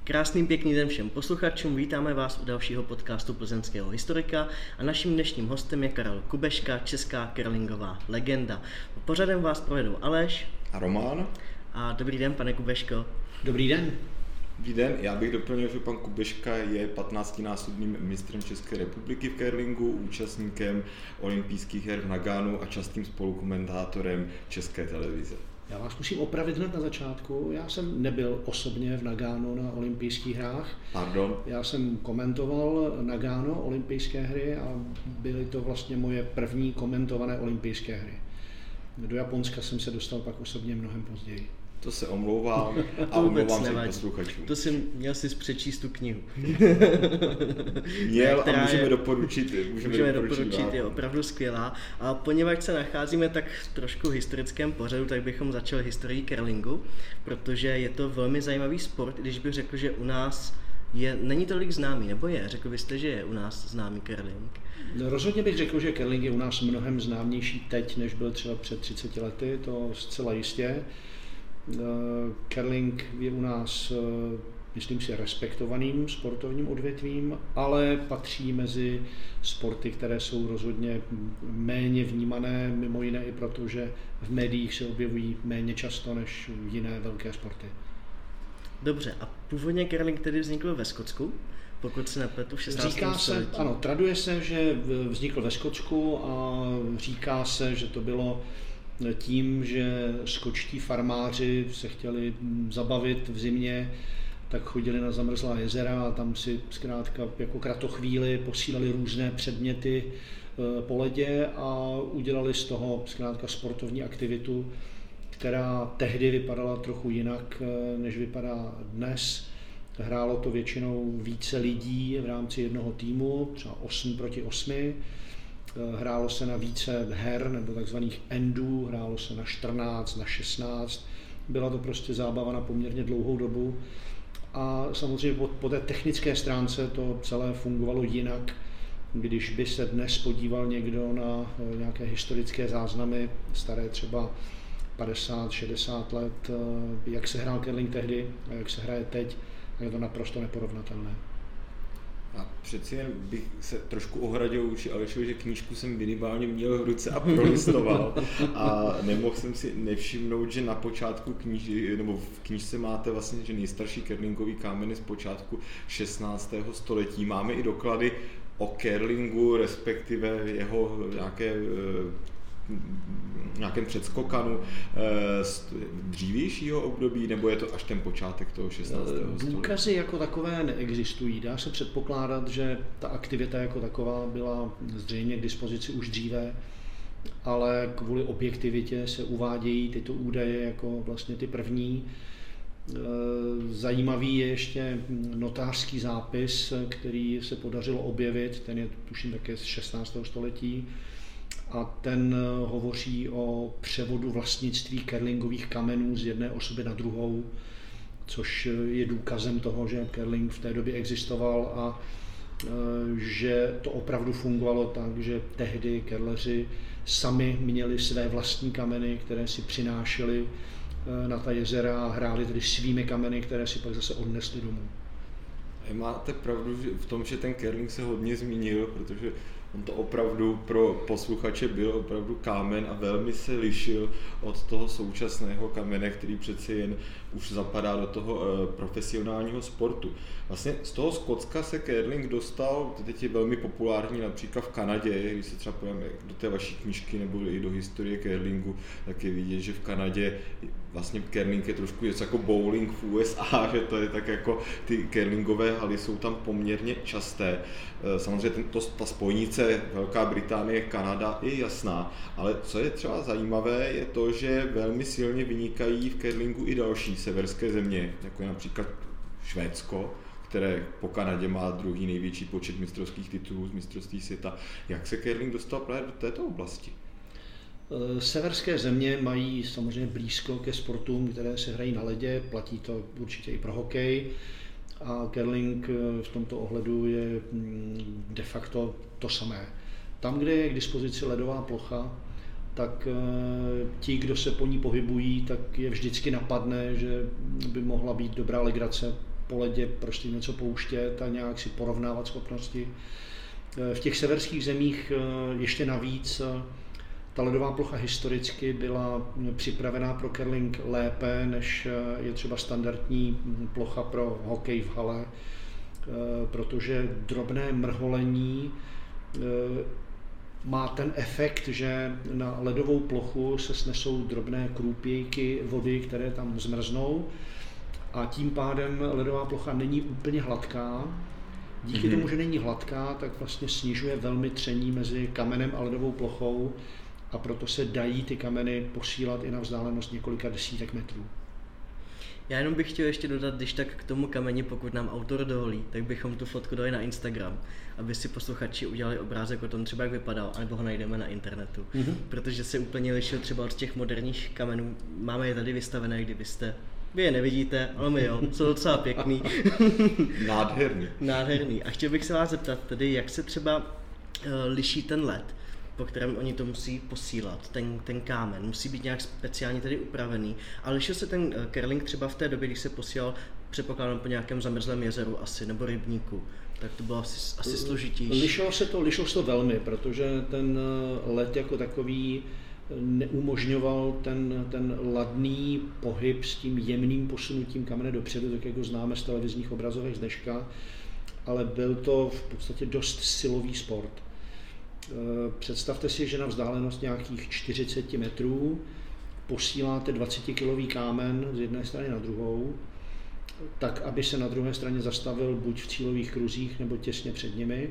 Krásný pěkný den všem posluchačům, vítáme vás u dalšího podcastu plzeňského historika a naším dnešním hostem je Karel Kubeška, česká curlingová legenda. Pořadem vás provedou Aleš a Roman. A dobrý den, pane Kubeško. Dobrý den. Dobrý den, já bych doplnil, že pan Kubeška je 15násobným mistrem České republiky v curlingu, účastníkem olympijských her v Naganu a častým spolukomentátorem České televize. Já vás musím opravit hned na začátku. Já jsem nebyl osobně v Naganu na olympijských hrách. Pardon? Já jsem komentoval Nagano olympijské hry a byly to vlastně moje první komentované olympijské hry. Do Japonska jsem se dostal pak osobně mnohem později. To se omlouvám a omlouvám se posluchačům. To si měl si přečíst tu knihu. Měl a můžeme doporučit. Je opravdu skvělá. A poněvadž se nacházíme tak trošku v historickém pořadu, tak bychom začali historií curlingu, protože je to velmi zajímavý sport, když bych řekl, že u nás není tolik známý, nebo je? Řekl byste, že je u nás známý curling? No, rozhodně bych řekl, že curling je u nás mnohem známější teď, než byl třeba před 30 lety, to zcela jistě. Curling je u nás, myslím si, respektovaným sportovním odvětvím, ale patří mezi sporty, které jsou rozhodně méně vnímané, mimo jiné i proto, že v médiích se objevují méně často než jiné velké sporty. Dobře, a původně curling tedy vznikl ve Skotsku, pokud se nepletu, v 16. století? Ano, traduje se, že vznikl ve Skotsku a říká se, že to bylo tím, že skotští farmáři se chtěli zabavit v zimě, tak chodili na zamrzlá jezera a tam si zkrátka jako kratochvíli posílali různé předměty po ledě a udělali z toho zkrátka sportovní aktivitu, která tehdy vypadala trochu jinak, než vypadá dnes. Hrálo to většinou více lidí v rámci jednoho týmu, třeba 8 proti 8. Hrálo se na více her nebo takzvaných endů, hrálo se na 14, na 16. Byla to prostě zábava na poměrně dlouhou dobu. A samozřejmě po té technické stránce to celé fungovalo jinak. Když by se dnes podíval někdo na nějaké historické záznamy, staré třeba 50-60 let, jak se hrál curling tehdy a jak se hraje teď, je to naprosto neporovnatelné. A přeci jen bych se trošku ohradil vůči Alešovi, že knížku jsem minimálně měl v ruce a prolistoval a nemohl jsem si nevšimnout, že na počátku nebo v knížce máte vlastně, že nejstarší curlingový kámeny z počátku 16. století. Máme i doklady o curlingu, respektive jeho nějakém předskokanu z dřívějšího období, nebo je to až ten počátek toho 16. století? Důkazy jako takové neexistují. Dá se předpokládat, že ta aktivita jako taková byla zřejmě k dispozici už dříve, ale kvůli objektivitě se uvádějí tyto údaje jako vlastně ty první. Zajímavý je ještě notářský zápis, který se podařilo objevit, ten je tuším také z 16. století, a ten hovoří o převodu vlastnictví curlingových kamenů z jedné osoby na druhou, což je důkazem toho, že curling v té době existoval a že to opravdu fungovalo tak, že tehdy curleři sami měli své vlastní kameny, které si přinášeli na ta jezera a hráli tedy svými kameny, které si pak zase odnesli domů. Máte pravdu v tom, že ten curling se hodně změnil, protože on to opravdu pro posluchače byl opravdu kámen a velmi se lišil od toho současného kamene, který přeci jen už zapadá do toho profesionálního sportu. Vlastně z toho Skotska se curling dostal, teď je velmi populární například v Kanadě, když se třeba pojďme do té vaší knížky nebo i do historie curlingu, tak je vidět, že v Kanadě vlastně curling je trošku jako bowling v USA, že to je tak jako ty curlingové haly jsou tam poměrně časté. Samozřejmě ta spojnice Velká Británie, Kanada je jasná, ale co je třeba zajímavé, je to, že velmi silně vynikají v curlingu i další severské země, jako je například Švédsko, které po Kanadě má druhý největší počet mistrovských titulů z mistrovství světa. Jak se curling dostal právě do této oblasti? Severské země mají samozřejmě blízko ke sportům, které se hrají na ledě, platí to určitě i pro hokej. A curling v tomto ohledu je de facto to samé. Tam, kde je k dispozici ledová plocha, tak ti, kdo se po ní pohybují, tak je vždycky napadne, že by mohla být dobrá legrace po ledě prostě něco pouštět a nějak si porovnávat schopnosti. V těch severských zemích ještě navíc ta ledová plocha historicky byla připravená pro curling lépe, než je třeba standardní plocha pro hokej v hale, protože drobné mrholení má ten efekt, že na ledovou plochu se snesou drobné krůpějky vody, které tam zmrznou a tím pádem ledová plocha není úplně hladká. Díky tomu, že není hladká, tak vlastně snižuje velmi tření mezi kamenem a ledovou plochou a proto se dají ty kameny posílat i na vzdálenost několika desítek metrů. Já jenom bych chtěl ještě dodat, když tak k tomu kameni, pokud nám autor dovolí, tak bychom tu fotku dali na Instagram, aby si posluchači udělali obrázek o tom třeba, jak vypadal, anebo ho najdeme na internetu. Protože se úplně lišil třeba od těch moderních kamenů. Máme je tady vystavené, kdybyste... Vy je nevidíte, ale my jo, jsou docela pěkný. Nádherný. A chtěl bych se vás zeptat tedy, jak se třeba liší ten led, po kterém oni to musí posílat, ten kámen, musí být nějak speciálně tedy upravený. A lišil se ten curling třeba v té době, když se posílal, předpokládám, po nějakém zamrzlém jezeru asi, nebo rybníku, tak to bylo asi složitější. Lišilo se to velmi, protože ten led jako takový neumožňoval ten ladný pohyb s tím jemným posunutím kamene dopředu, tak jako známe z televizních obrazovek z dneška, ale byl to v podstatě dost silový sport. Představte si, že na vzdálenost nějakých 40 metrů posíláte 20-kilový kámen z jedné strany na druhou, tak aby se na druhé straně zastavil buď v cílových kruzích nebo těsně před nimi.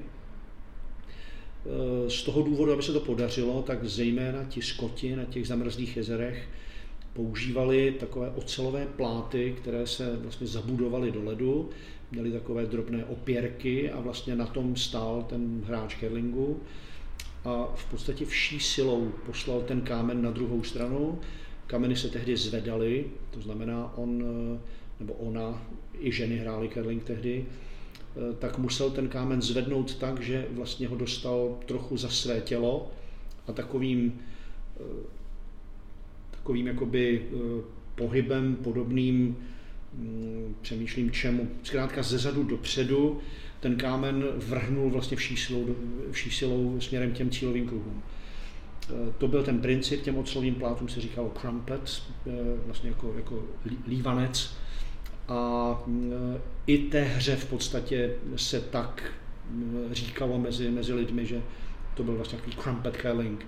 Z toho důvodu, aby se to podařilo, tak zejména ti Skoti na těch zamrzlých jezerech používali takové ocelové pláty, které se vlastně zabudovaly do ledu, měly takové drobné opěrky a vlastně na tom stál ten hráč curlingu a v podstatě vší silou poslal ten kámen na druhou stranu. Kameny se tehdy zvedaly, to znamená on nebo ona, i ženy hrály curling tehdy, tak musel ten kámen zvednout tak, že vlastně ho dostal trochu za své tělo a takovým jakoby pohybem podobným, přemýšlím čemu, zkrátka zezadu dopředu, ten kámen vrhnul vlastně vší silou směrem k těm cílovým kruhům. To byl ten princip, těm ocelovým plátům se říkalo crumpet, vlastně jako lívanec. A i té hře v podstatě se tak říkalo mezi lidmi, že to byl vlastně takový crumpet curling.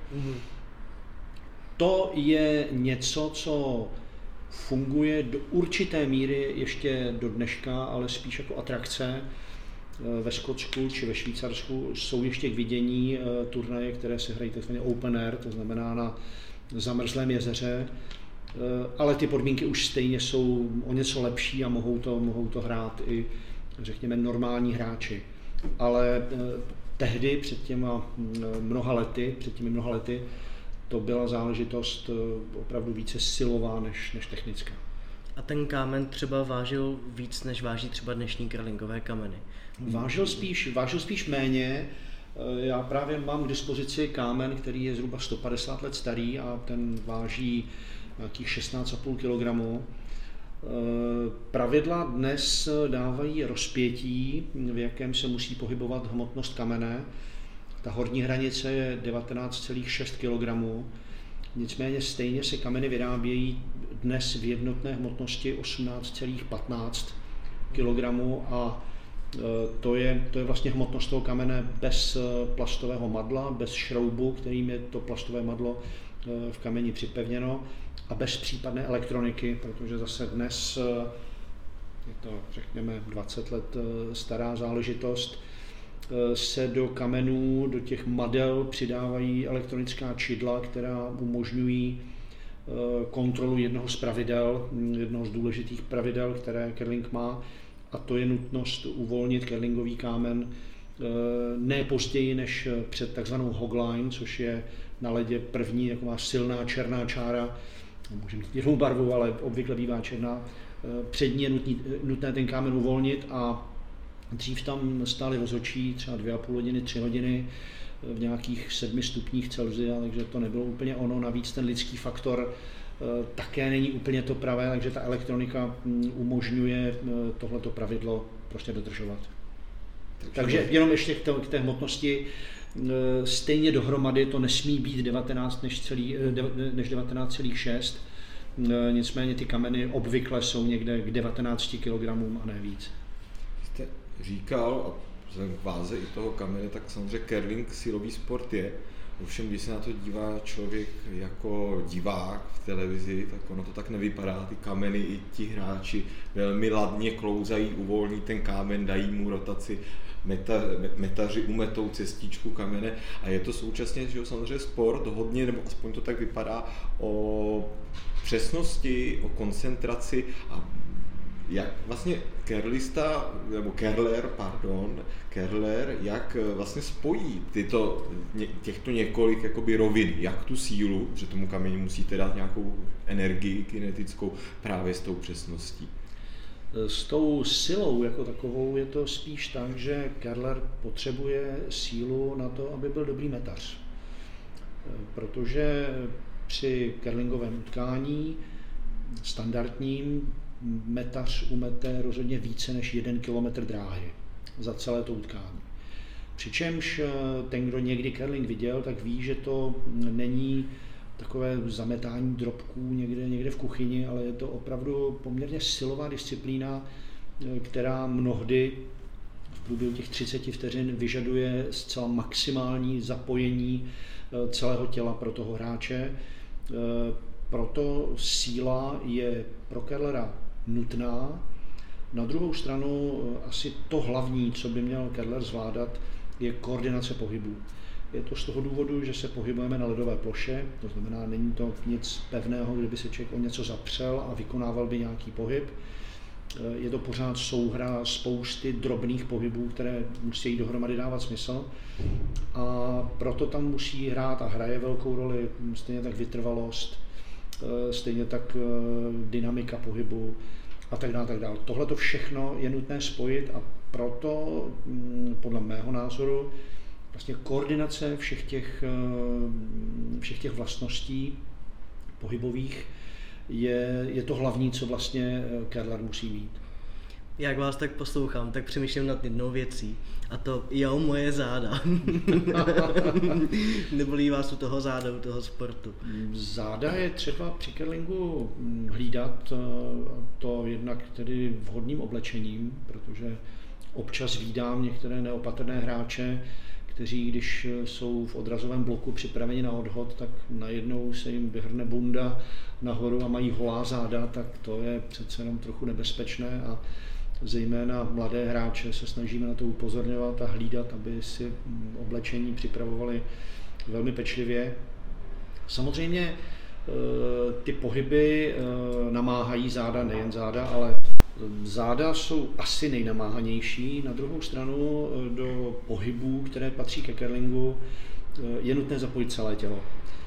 To je něco, co funguje do určité míry ještě do dneška, ale spíš jako atrakce. Ve Skotsku či ve Švýcarsku jsou ještě k vidění turnaje, které se hrají takzvaně open air, to znamená na zamrzlém jezeře, ale ty podmínky už stejně jsou o něco lepší a mohou to hrát i, řekněme, normální hráči. Ale tehdy, před těmi mnoha lety, to byla záležitost opravdu více silová než technická. A ten kámen třeba vážil víc, než váží třeba dnešní curlingové kameny? Vážil spíš méně. Já právě mám k dispozici kámen, který je zhruba 150 let starý a ten váží nějakých 16,5 kg. Pravidla dnes dávají rozpětí, v jakém se musí pohybovat hmotnost kamene. Ta horní hranice je 19,6 kg. Nicméně stejně se kameny vyrábějí dnes v jednotné hmotnosti 18,15 kg a to je vlastně hmotnost toho kamene bez plastového madla, bez šroubu, kterým je to plastové madlo v kameni připevněno a bez případné elektroniky, protože zase dnes je to, řekněme, 20 let stará záležitost, se do kamenů, do těch madel přidávají elektronická čidla, která umožňují kontrolu jednoho z důležitých pravidel, které curling má, a to je nutnost uvolnit curlingový kámen ne později než před takzvanou hogline, což je na ledě první taková silná černá čára, může mít jinou barvu, ale obvykle bývá černá. Před ní je nutné ten kámen uvolnit a dřív tam stály rozhodčí třeba 2,5 hodiny, 3 hodiny v nějakých 7 stupních Celsia, takže to nebylo úplně ono. Navíc ten lidský faktor také není úplně to pravé, takže ta elektronika umožňuje tohleto pravidlo prostě dodržovat. Takže jenom ještě k té hmotnosti, stejně dohromady to nesmí být 19 než 19,6, nicméně ty kameny obvykle jsou někde k 19 kg a ne víc. Jste říkal, a vzhledem k váze i toho kamene, tak samozřejmě curling silový sport je. Ovšem, když se na to dívá člověk jako divák v televizi, tak ono to tak nevypadá. Ty kameny i ti hráči velmi ladně klouzají, uvolní ten kámen, dají mu rotaci, metaři umetou cestičku kamene a je to současně, že samozřejmě sport hodně, nebo aspoň to tak vypadá, o přesnosti, o koncentraci a jak vlastně curler, jak vlastně spojí těchto několik jakoby rovin, jak tu sílu, že tomu kameni musíte dát nějakou energii kinetickou právě s tou přesností. S tou silou jako takovou je to spíš tak, že curler potřebuje sílu na to, aby byl dobrý metař. Protože při curlingovém utkání standardním metař umete rozhodně více než 1 kilometr dráhy za celé to utkání. Přičemž ten, kdo někdy curling viděl, tak ví, že to není takové zametání drobků někde v kuchyni, ale je to opravdu poměrně silová disciplína, která mnohdy v průběhu těch 30 vteřin vyžaduje zcela maximální zapojení celého těla pro toho hráče. Proto síla je pro curlera nutná. Na druhou stranu asi to hlavní, co by měl curler zvládat, je koordinace pohybů. Je to z toho důvodu, že se pohybujeme na ledové ploše, to znamená, není to nic pevného, kdyby se člověk o něco zapřel a vykonával by nějaký pohyb. Je to pořád souhra spousty drobných pohybů, které musí dohromady dávat smysl. A proto tam musí hrát a hraje velkou roli stejně tak vytrvalost, stejně tak dynamika pohybu a tak dále, tak dále. Tohle to všechno je nutné spojit a proto podle mého názoru vlastně koordinace všech těch vlastností pohybových je to hlavní, co vlastně curler musí mít. Jak vás tak poslouchám, tak přemýšlím nad jednou věcí, a to moje záda. Nebolí vás u toho záda, u toho sportu? Záda je třeba při curlingu hlídat, to jednak tedy vhodným oblečením, protože občas vídám některé neopatrné hráče, kteří, když jsou v odrazovém bloku připraveni na odhod, tak najednou se jim vyhrne bunda nahoru a mají holá záda, tak to je přece jenom trochu nebezpečné a zejména mladé hráče se snažíme na to upozorňovat a hlídat, aby si oblečení připravovali velmi pečlivě. Samozřejmě ty pohyby namáhají záda, nejen záda, ale záda jsou asi nejnamáhanější. Na druhou stranu do pohybů, které patří ke curlingu, je nutné zapojit celé tělo.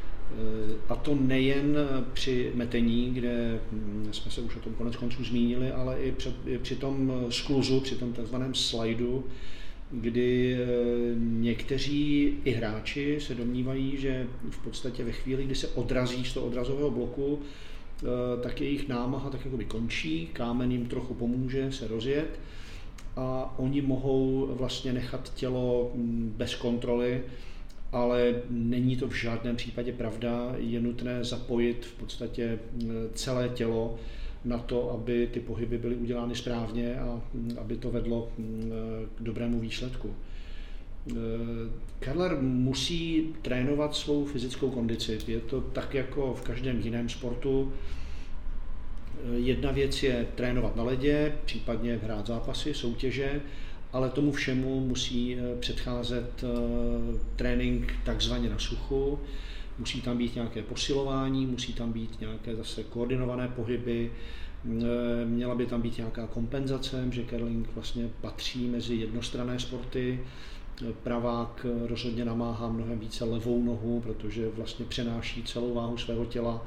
A to nejen při metení, kde jsme se už o tom konec konců zmínili, ale i při tom skluzu, při tom takzvaném slajdu, kdy někteří i hráči se domnívají, že v podstatě ve chvíli, kdy se odrazí z toho odrazového bloku, tak jejich námaha tak jakoby končí, kámen jim trochu pomůže se rozjet a oni mohou vlastně nechat tělo bez kontroly, ale není to v žádném případě pravda, je nutné zapojit v podstatě celé tělo na to, aby ty pohyby byly udělány správně a aby to vedlo k dobrému výsledku. Curler musí trénovat svou fyzickou kondici. Je to tak jako v každém jiném sportu. Jedna věc je trénovat na ledě, případně hrát zápasy, soutěže, ale tomu všemu musí předcházet trénink takzvaně na suchu. Musí tam být nějaké posilování, musí tam být nějaké zase koordinované pohyby, měla by tam být nějaká kompenzace, že curling vlastně patří mezi jednostranné sporty. Pravák rozhodně namáhá mnohem více levou nohu, protože vlastně přenáší celou váhu svého těla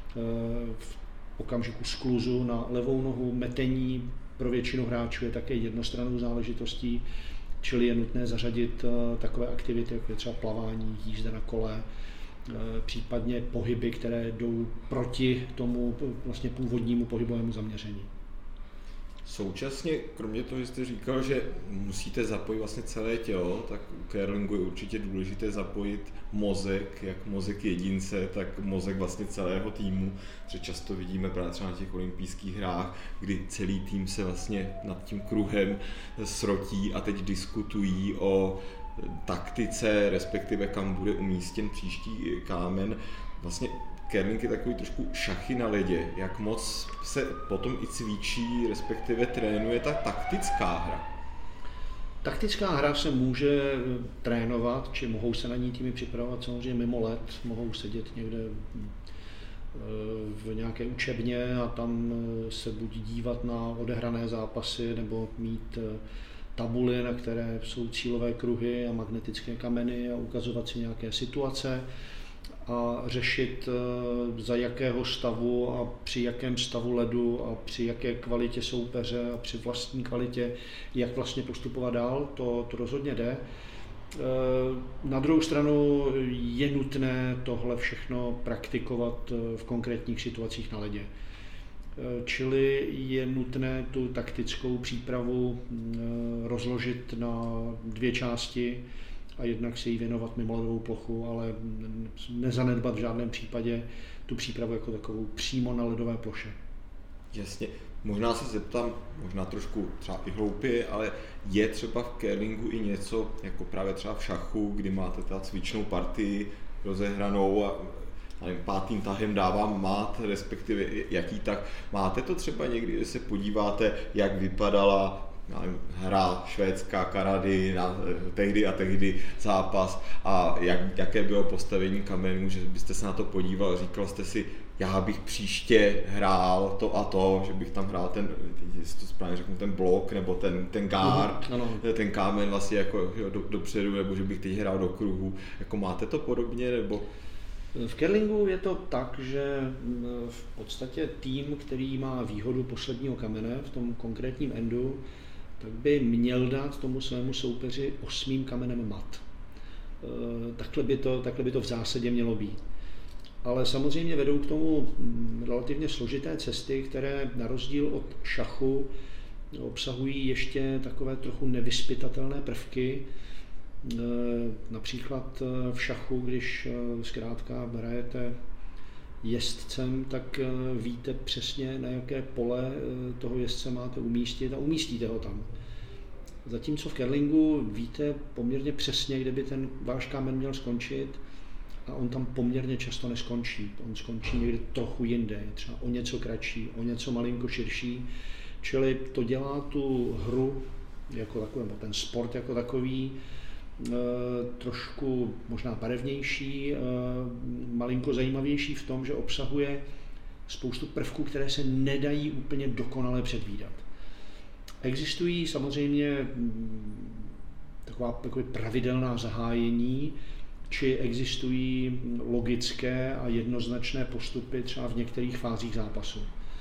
v okamžiku skluzu na levou nohu. Metení pro většinu hráčů je také jednostrannou záležitostí, čili je nutné zařadit takové aktivity, jako je třeba plavání, jízda na kole, případně pohyby, které jdou proti tomu vlastně původnímu pohybovému zaměření. Současně, kromě toho, že jste říkal, že musíte zapojit vlastně celé tělo, tak u curlingu je určitě důležité zapojit mozek, jak mozek jedince, tak mozek vlastně celého týmu, protože často vidíme právě třeba na těch olympijských hrách, kdy celý tým se vlastně nad tím kruhem srotí a teď diskutují o taktice, respektive kam bude umístěn příští kámen. Vlastně curling je takový trošku šachy na ledě. Jak moc se potom i cvičí, respektive trénuje ta taktická hra? Taktická hra se může trénovat, či mohou se na ní týmy připravovat samozřejmě mimo led, mohou sedět někde v nějaké učebně a tam se buď dívat na odehrané zápasy, nebo mít tabuly, na které jsou cílové kruhy a magnetické kameny a ukazovat si nějaké situace a řešit, za jakého stavu a při jakém stavu ledu a při jaké kvalitě soupeře a při vlastní kvalitě, jak vlastně postupovat dál, to rozhodně jde. Na druhou stranu je nutné tohle všechno praktikovat v konkrétních situacích na ledě. Čili je nutné tu taktickou přípravu rozložit na dvě části a jednak se jí věnovat mimo ledovou plochu, ale nezanedbat v žádném případě tu přípravu jako takovou přímo na ledové ploše. Jasně. Možná se zeptám, možná trošku třeba i hloupě, ale je třeba v curlingu i něco, jako právě třeba v šachu, kdy máte ta cvičnou partii rozehranou a pátým tahem dávám mát, respektive jaký tak. Máte to třeba někdy, když se podíváte, jak vypadala hra švédská Kanady na tehdy a tehdy zápas a jaké bylo postavení kamenů, že byste se na to podíval a říkal jste si, já bych příště hrál to a to, že bych tam hrál ten, jestli to správně řeknu, ten blok nebo ten guard, ten kámen vlastně jako dopředu, nebo že bych teď hrál do kruhu. Jako máte to podobně, nebo? V curlingu je to tak, že v podstatě tým, který má výhodu posledního kamene v tom konkrétním endu, tak by měl dát tomu svému soupeři 8. kamenem mat. Takhle by to v zásadě mělo být. Ale samozřejmě vedou k tomu relativně složité cesty, které na rozdíl od šachu obsahují ještě takové trochu nevyzpytatelné prvky. Například v šachu, když zkrátka hrajete jezdcem, tak víte přesně, na jaké pole toho jezdce máte umístit a umístíte ho tam. Zatímco v curlingu víte poměrně přesně, kde by ten váš kámen měl skončit a on tam poměrně často neskončí. On skončí někde trochu jinde, je třeba o něco kratší, o něco malinko širší, čili to dělá tu hru jako takový, ten sport jako takový, trošku možná barevnější, malinko zajímavější v tom, že obsahuje spoustu prvků, které se nedají úplně dokonale předvídat. Existují samozřejmě takové pravidelná zahájení, či existují logické a jednoznačné postupy třeba v některých fázích zápasu.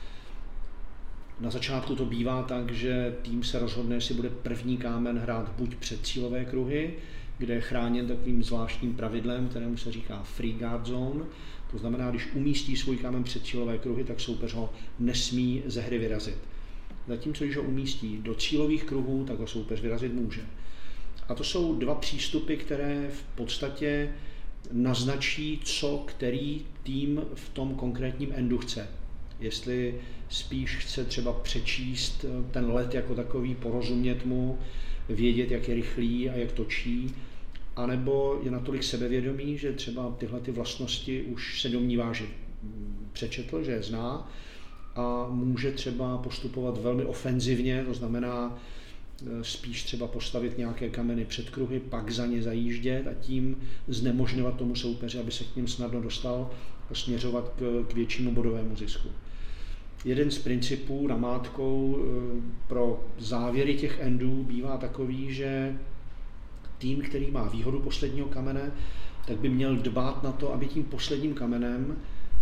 Na začátku to bývá tak, že tým se rozhodne, jestli bude první kámen hrát buď před cílové kruhy, kde je chráněn takovým zvláštním pravidlem, kterému se říká free guard zone. To znamená, když umístí svůj kámen před cílové kruhy, tak soupeř ho nesmí ze hry vyrazit. Zatímco, když ho umístí do cílových kruhů, tak ho soupeř vyrazit může. A to jsou dva přístupy, které v podstatě naznačí, co který tým v tom konkrétním endu chce. Jestli spíš chce třeba přečíst ten led jako takový, porozumět mu, vědět, jak je rychlý a jak točí, anebo je natolik sebevědomý, že třeba tyhle ty vlastnosti už se domnívá, že přečetl, že je zná a může třeba postupovat velmi ofenzivně, to znamená spíš třeba postavit nějaké kameny před kruhy, pak za ně zajíždět a tím znemožňovat tomu soupeři, aby se k ním snadno dostal a směřovat k většímu bodovému zisku. Jeden z principů namátkou pro závěry těch endů bývá takový, že tým, který má výhodu posledního kamene, tak by měl dbát na to, aby tím posledním kamenem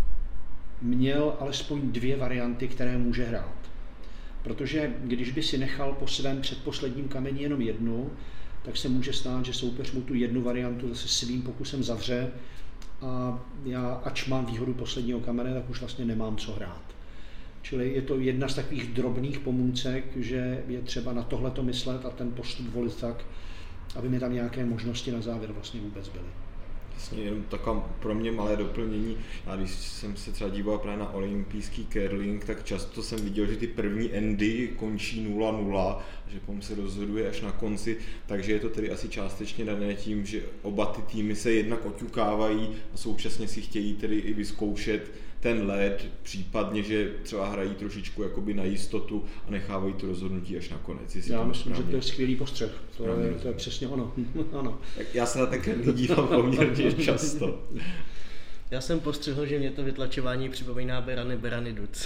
měl alespoň 2 varianty, které může hrát. Protože když by si nechal po svém předposledním kameni jenom jednu, tak se může stát, že soupeř mu tu jednu variantu zase svým pokusem zavře a já, ač mám výhodu posledního kamene, tak už vlastně nemám co hrát. Čili je to jedna z takových drobných pomůcek, že je třeba na tohleto myslet a ten postup volit tak, aby mi tam nějaké možnosti na závěr vlastně vůbec byly. Vlastně jenom takové pro mě malé doplnění. Já když jsem se třeba díval právě na olympijský curling, tak často jsem viděl, že ty první endy končí 0-0, že potom se rozhoduje až na konci, takže je to tedy asi částečně dané tím, že oba ty týmy se jednak oťukávají a současně si chtějí tedy i vyzkoušet ten led, případně, že třeba hrají trošičku jakoby na jistotu a nechávají to rozhodnutí až na konec. Já myslím, že to je skvělý postřeh. To je přesně ono. Ano. Já se na ten curling dívám poměrně často. Já jsem postřehl, že mě to vytlačování připomíná Berany Duc.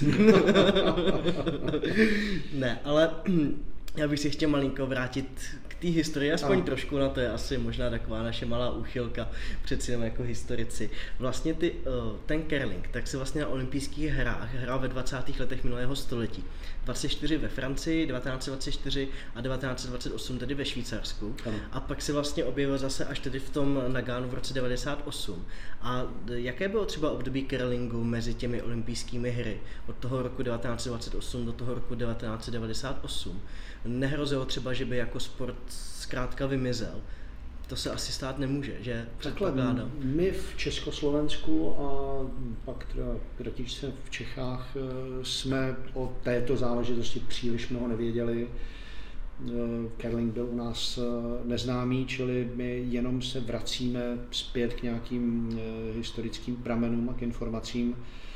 Ne, ale já bych si chtěl malinko vrátit k té historii, aspoň trošku, na to je asi možná taková naše malá úchylka, přeci jenom jako historici. Vlastně ten curling, tak se vlastně na olympijských hrách hrál ve 20. letech minulého století. 24 ve Francii, 1924 a 1928 tedy ve Švýcarsku. A pak se vlastně objevil zase až tedy v tom Nagánu v roce 98. A jaké bylo třeba období curlingu mezi těmi olympijskými hry od toho roku 1928 do toho roku 1998? Nehrozilo třeba, že by jako sport zkrátka vymizel? To se asi stát nemůže, že? Takhle, my v Československu a pak teda kratičce v Čechách jsme o této záležitosti příliš mnoho nevěděli. Curling byl u nás neznámý, čili my jenom se vracíme zpět k nějakým historickým pramenům a k informacím.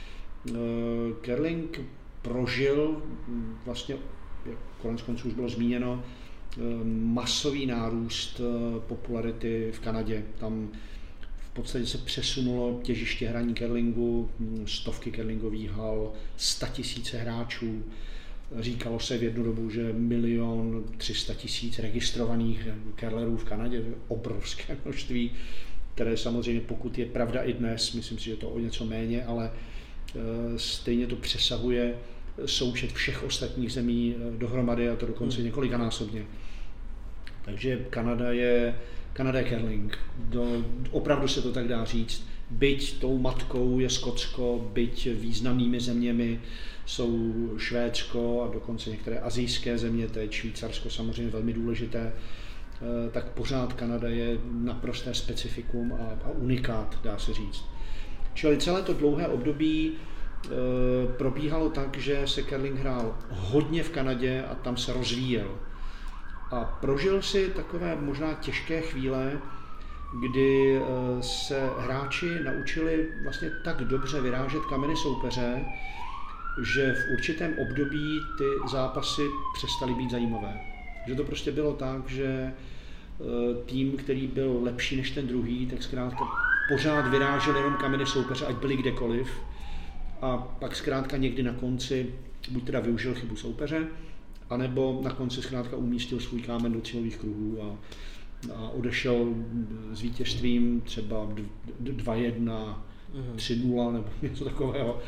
Curling prožil vlastně, jak konec konců už bylo zmíněno, masový nárůst popularity v Kanadě. Tam v podstatě se přesunulo těžiště hraní curlingu, stovky curlingových hal, 100 000 hráčů. Říkalo se v jednu dobu, že 1 300 000 registrovaných curlerů v Kanadě, obrovské množství, které samozřejmě, pokud je pravda i dnes, myslím si, že to o něco méně, ale stejně to přesahuje součet všech ostatních zemí dohromady, a to dokonce několikanásobně. Takže Kanada je curling. Opravdu se to tak dá říct. Byť tou matkou je Skotsko, byť významnými zeměmi jsou Švédsko a dokonce některé asijské země, to je Švýcarsko samozřejmě velmi důležité, tak pořád Kanada je naprosté specifikum a unikát, dá se říct. Čili celé to dlouhé období probíhalo tak, že se curling hrál hodně v Kanadě a tam se rozvíjel. A prožil si takové možná těžké chvíle, kdy se hráči naučili vlastně tak dobře vyrážet kameny soupeře, že v určitém období ty zápasy přestaly být zajímavé. Že to prostě bylo tak, že tým, který byl lepší než ten druhý, tak zkrátka pořád vyrážel jenom kameny soupeře, ať byli kdekoliv. A pak zkrátka někdy na konci buď teda využil chybu soupeře, anebo na konci zkrátka umístil svůj kámen do cílových kruhů a odešel s vítězstvím třeba 2-1, 3-0 nebo něco takového.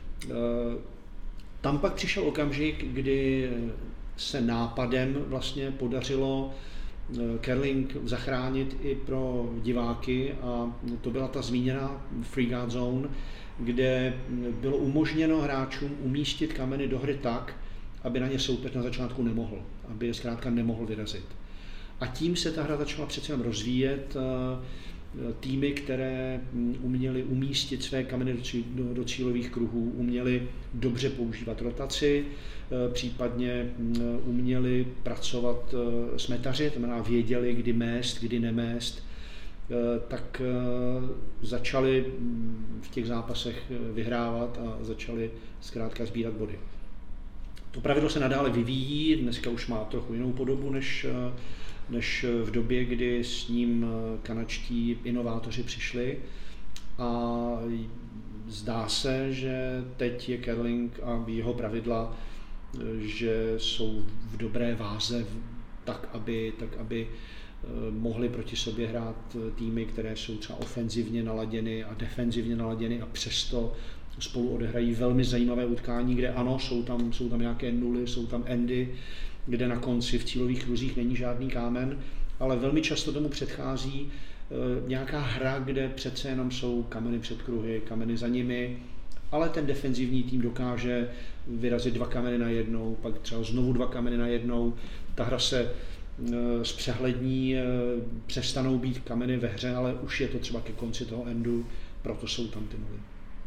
Tam pak přišel okamžik, kdy se nápadem vlastně podařilo curling zachránit i pro diváky, a to byla ta zmíněná Free Guard Zone, kde bylo umožněno hráčům umístit kameny do hry tak, aby na ně soupeř na začátku nemohl, aby je zkrátka nemohl vyrazit. A tím se ta hra začala přece jen rozvíjet. Týmy, které uměly umístit své kameny do cílových kruhů, uměly dobře používat rotaci, případně uměli pracovat s metaři, to znamená věděli, kdy mést, kdy nemést, tak začali v těch zápasech vyhrávat a začali zkrátka sbírat body. To pravidlo se nadále vyvíjí, dneska už má trochu jinou podobu než v době, kdy s ním kanadští inovátoři přišli, a zdá se, že teď je curling a jeho pravidla, že jsou v dobré váze, tak aby mohli proti sobě hrát týmy, které jsou třeba ofenzivně naladěny a defenzivně naladěny, a přesto spolu odehrají velmi zajímavé utkání, kde ano, jsou tam nějaké nuly, jsou tam endy, kde na konci v cílových kruzích není žádný kámen, ale velmi často tomu předchází nějaká hra, kde přece jenom jsou kameny před kruhy, kameny za nimi, ale ten defenzivní tým dokáže vyrazit 2 kameny na jednou, pak třeba znovu 2 kameny na jednou, ta hra se zpřehlední, přestanou být kameny ve hře, ale už je to třeba ke konci toho endu, proto jsou tam ty nuly.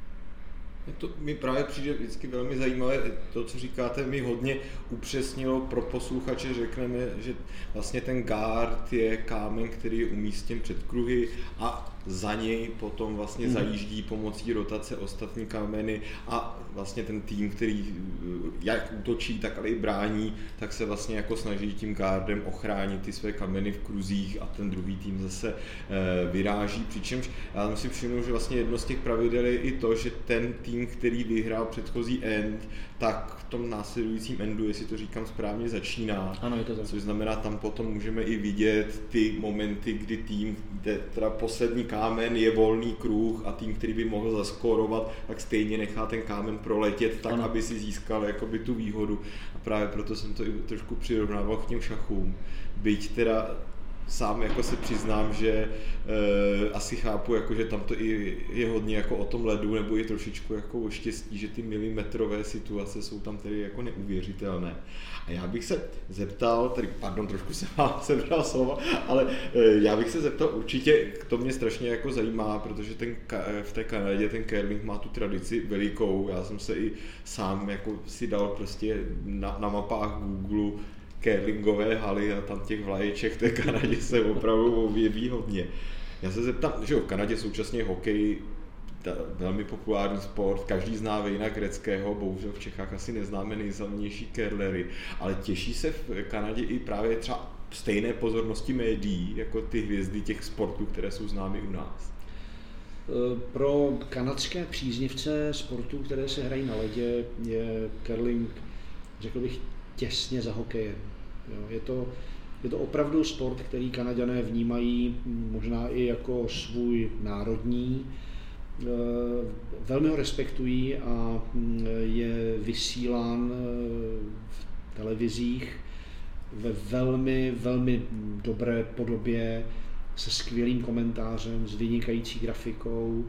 To mi právě přijde vždycky velmi zajímavé, to, co říkáte, mi hodně upřesnilo pro posluchače, řekneme, že vlastně ten guard je kámen, který je umístěn před kruhy a za něj potom vlastně zajíždí pomocí rotace ostatní kameny a vlastně ten tým, který jak útočí, tak ale i brání, tak se vlastně jako snaží tím guardem ochránit ty své kameny v kruzích a ten druhý tým zase vyráží, přičemž já jsem si všiml, že vlastně jedno z těch pravidel je i to, že ten tým, který vyhrál předchozí end, tak v tom následujícím endu, jestli to říkám správně, začíná. Ano, je to tak. Což znamená, tam potom můžeme i vidět ty momenty, kdy tým, kde teda poslední kámen je volný kruh a tým, který by mohl zaskórovat, tak stejně nechá ten kámen proletět tak, ano, aby si získal jakoby tu výhodu. A právě proto jsem to i trošku přirovnával k těm šachům. Byť teda sám jako se přiznám, že asi chápu, jako, že tam to i je hodně jako o tom ledu, nebo i trošičku jako o štěstí, že ty milimetrové situace jsou tam tedy jako neuvěřitelné. A já bych se zeptal, tedy pardon, trošku jsem vám sebral slova, ale já bych se zeptal určitě, to mě strašně jako zajímá, protože v té Kanadě ten curling má tu tradici velikou, já jsem se i sám jako si dal prostě na mapách Google curlingové haly a tam těch vlaječek v té Kanadě se opravdu objeví hodně. Já se zeptám, že v Kanadě současně hokej velmi populární sport, každý zná Wayna Gretzkyho, bohužel v Čechách asi neznáme nejslavnější curlery, ale těší se v Kanadě i právě třeba stejné pozornosti médií, jako ty hvězdy těch sportů, které jsou známy u nás. Pro kanadské příznivce sportů, které se hrají na ledě, je curling, řekl bych, těsně za hokejem. Je to opravdu sport, který Kanaďané vnímají možná i jako svůj národní, velmi ho respektují a je vysílán v televizích ve velmi, velmi dobré podobě, se skvělým komentářem, s vynikající grafikou.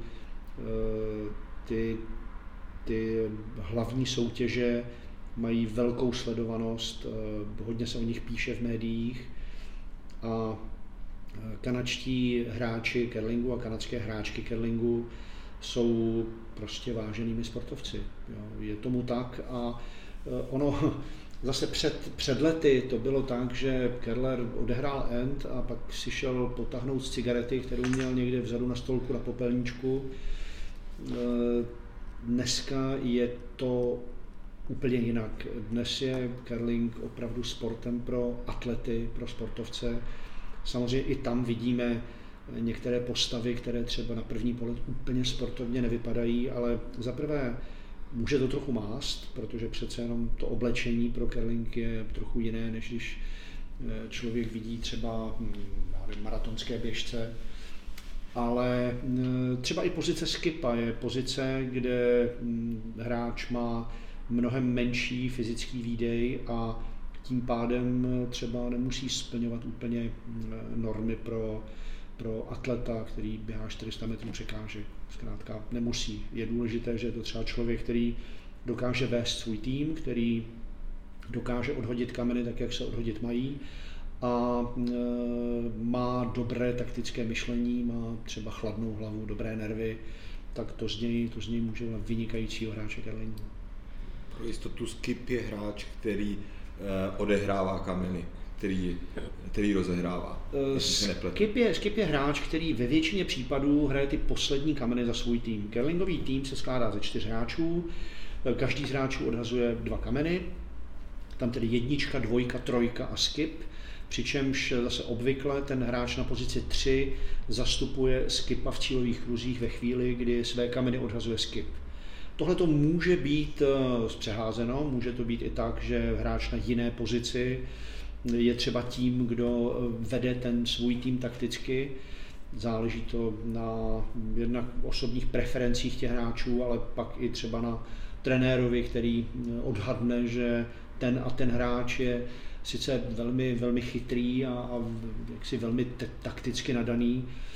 Ty hlavní soutěže mají velkou sledovanost, hodně se o nich píše v médiích a kanadští hráči curlingu a kanadské hráčky curlingu jsou prostě váženými sportovci. Je tomu tak a ono zase před lety to bylo tak, že curler odehrál end a pak si šel potáhnout z cigarety, kterou měl někde vzadu na stolku na popelníčku. Dneska je to úplně jinak. Dnes je curling opravdu sportem pro atlety, pro sportovce. Samozřejmě i tam vidíme některé postavy, které třeba na první pohled úplně sportovně nevypadají, ale zaprvé může to trochu mást, protože přece jenom to oblečení pro curling je trochu jiné, než když člověk vidí třeba maratonské běžce. Ale třeba i pozice skipa je pozice, kde hráč má mnohem menší fyzický výdej a tím pádem třeba nemusí splňovat úplně normy pro atleta, který běhá 400 metrů překážek. Zkrátka nemusí. Je důležité, že je to třeba člověk, který dokáže vést svůj tým, který dokáže odhodit kameny tak, jak se odhodit mají a má dobré taktické myšlení, má třeba chladnou hlavu, dobré nervy, tak to z něj může být vynikajícího hráče curlingu. Pro jistotu skip je hráč, který odehrává kameny, který rozehrává. Skip je hráč, který ve většině případů hraje ty poslední kameny za svůj tým. Curlingový tým se skládá ze 4 hráčů, každý z hráčů odhazuje 2 kameny, tam tedy 1, 2, 3 a skip, přičemž zase obvykle ten hráč na pozici 3 zastupuje skipa v cílových kruzích ve chvíli, kdy své kameny odhazuje skip. Tohle to může být zpřeházeno, může to být i tak, že hráč na jiné pozici je třeba tím, kdo vede ten svůj tým takticky. Záleží to na jednak osobních preferencích těch hráčů, ale pak i třeba na trenérovi, který odhadne, že ten a ten hráč je sice velmi, velmi chytrý a jaksi velmi takticky nadaný,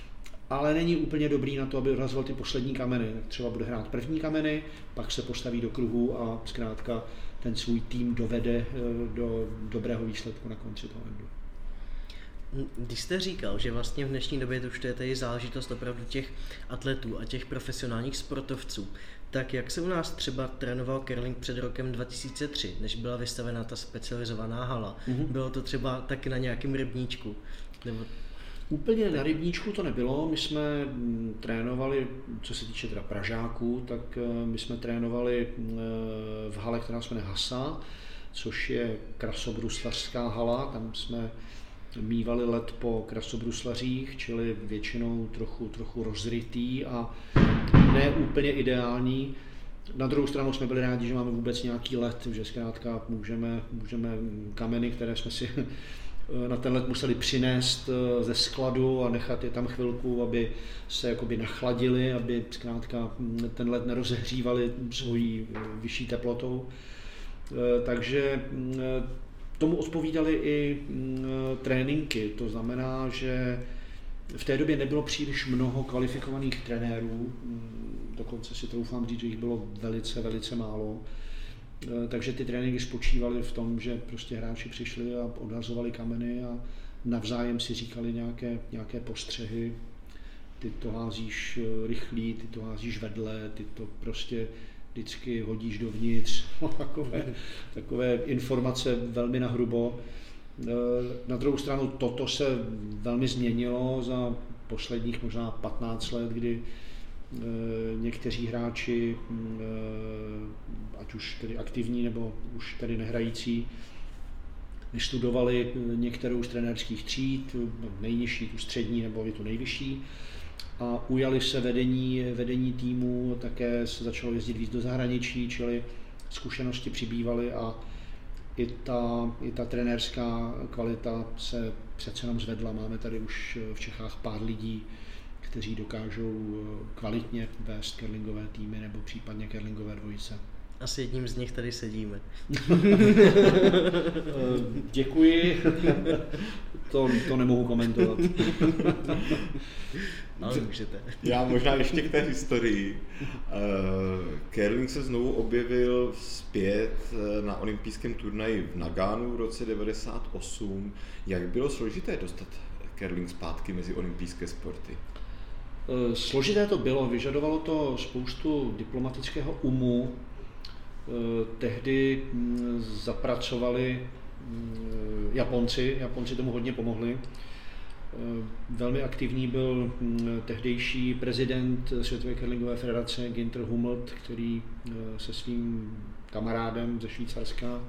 ale není úplně dobrý na to, aby odhazoval ty poslední kameny. Třeba bude hrát první kameny, pak se postaví do kruhu a zkrátka ten svůj tým dovede do dobrého výsledku na konci toho endu. Když jste říkal, že vlastně v dnešní době to už je tady záležitost opravdu těch atletů a těch profesionálních sportovců, tak jak se u nás třeba trénoval curling před rokem 2003, než byla vystavena ta specializovaná hala? Bylo to třeba taky na nějakém rybníčku? Nebo... Úplně na rybníčku to nebylo, my jsme trénovali, co se týče teda Pražáků, tak my jsme trénovali v hale, která se jmenuje Hasa, což je krasobruslařská hala, tam jsme mívali let po krasobruslařích, čili většinou trochu rozrytý a ne úplně ideální. Na druhou stranu jsme byli rádi, že máme vůbec nějaký let, že zkrátka můžeme kameny, které jsme si na ten let museli přinést ze skladu a nechat je tam chvilku, aby se jakoby nachladili, aby zkrátka ten led nerozehřívali svojí vyšší teplotou. Takže tomu odpovídaly i tréninky, to znamená, že v té době nebylo příliš mnoho kvalifikovaných trenérů, dokonce si troufám říct, že jich bylo velice málo. Takže ty tréninky spočívaly v tom, že prostě hráči přišli a odhazovali kameny a navzájem si říkali nějaké postřehy. Ty to házíš rychlý, ty to házíš vedle, ty to prostě vždycky hodíš dovnitř. Takové informace velmi nahrubo. Na druhou stranu toto se velmi změnilo za posledních možná 15 let, kdy někteří hráči, ať už tedy aktivní nebo už tedy nehrající, vystudovali některou z trenérských tříd, nejnižší, tu střední nebo i tu nejvyšší, a ujali se vedení týmu, také se začalo jezdit víc do zahraničí, čili zkušenosti přibývaly a i ta trenérská kvalita se přece jenom zvedla. Máme tady už v Čechách pár lidí, kteří dokážou kvalitně vést curlingové týmy nebo případně curlingové dvojice. Asi jedním z nich tady sedíme. Děkuji, to nemohu komentovat. Ale můžete. Já možná ještě k té historii. Curling se znovu objevil zpět na olympijském turnaji v Nagánu v roce 1998. Jak bylo složité dostat curling zpátky mezi olympijské sporty? Složité to bylo, vyžadovalo to spoustu diplomatického umu. Tehdy zapracovali Japonci tomu hodně pomohli. Velmi aktivní byl tehdejší prezident Světové curlingové federace Günther Hummelt, který se svým kamarádem ze Švýcarska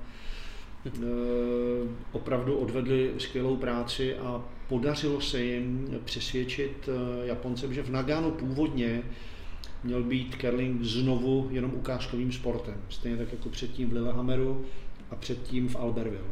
opravdu odvedli skvělou práci a podařilo se jim přesvědčit Japoncem, že v Nagánu původně měl být curling znovu jenom ukázkovým sportem, stejně tak jako předtím v Lillehammeru a předtím v Albertville.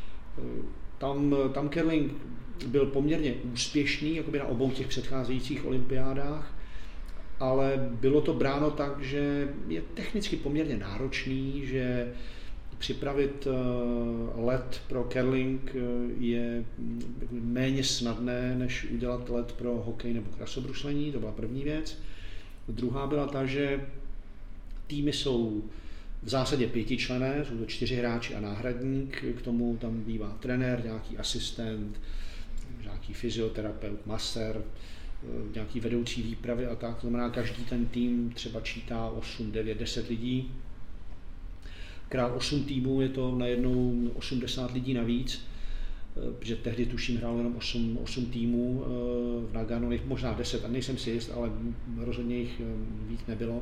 Tam curling byl poměrně úspěšný jakoby na obou těch předcházejících olympiádách, ale bylo to bráno tak, že je technicky poměrně náročný, že připravit led pro curling je méně snadné, než udělat led pro hokej nebo krasobruslení, to byla první věc. Druhá byla ta, že týmy jsou v zásadě 5členné, jsou to 4 hráči a náhradník, k tomu tam bývá trenér, nějaký asistent, nějaký fyzioterapeut, masér, nějaký vedoucí výpravy a tak. To znamená, každý ten tým třeba čítá 8, 9, 10 lidí. Krát 8 týmů je to najednou 80 lidí navíc, protože tehdy tuším hrálo jenom 8 týmů v Naganu, možná 10, a nejsem si jist, ale rozhodně jich víc nebylo.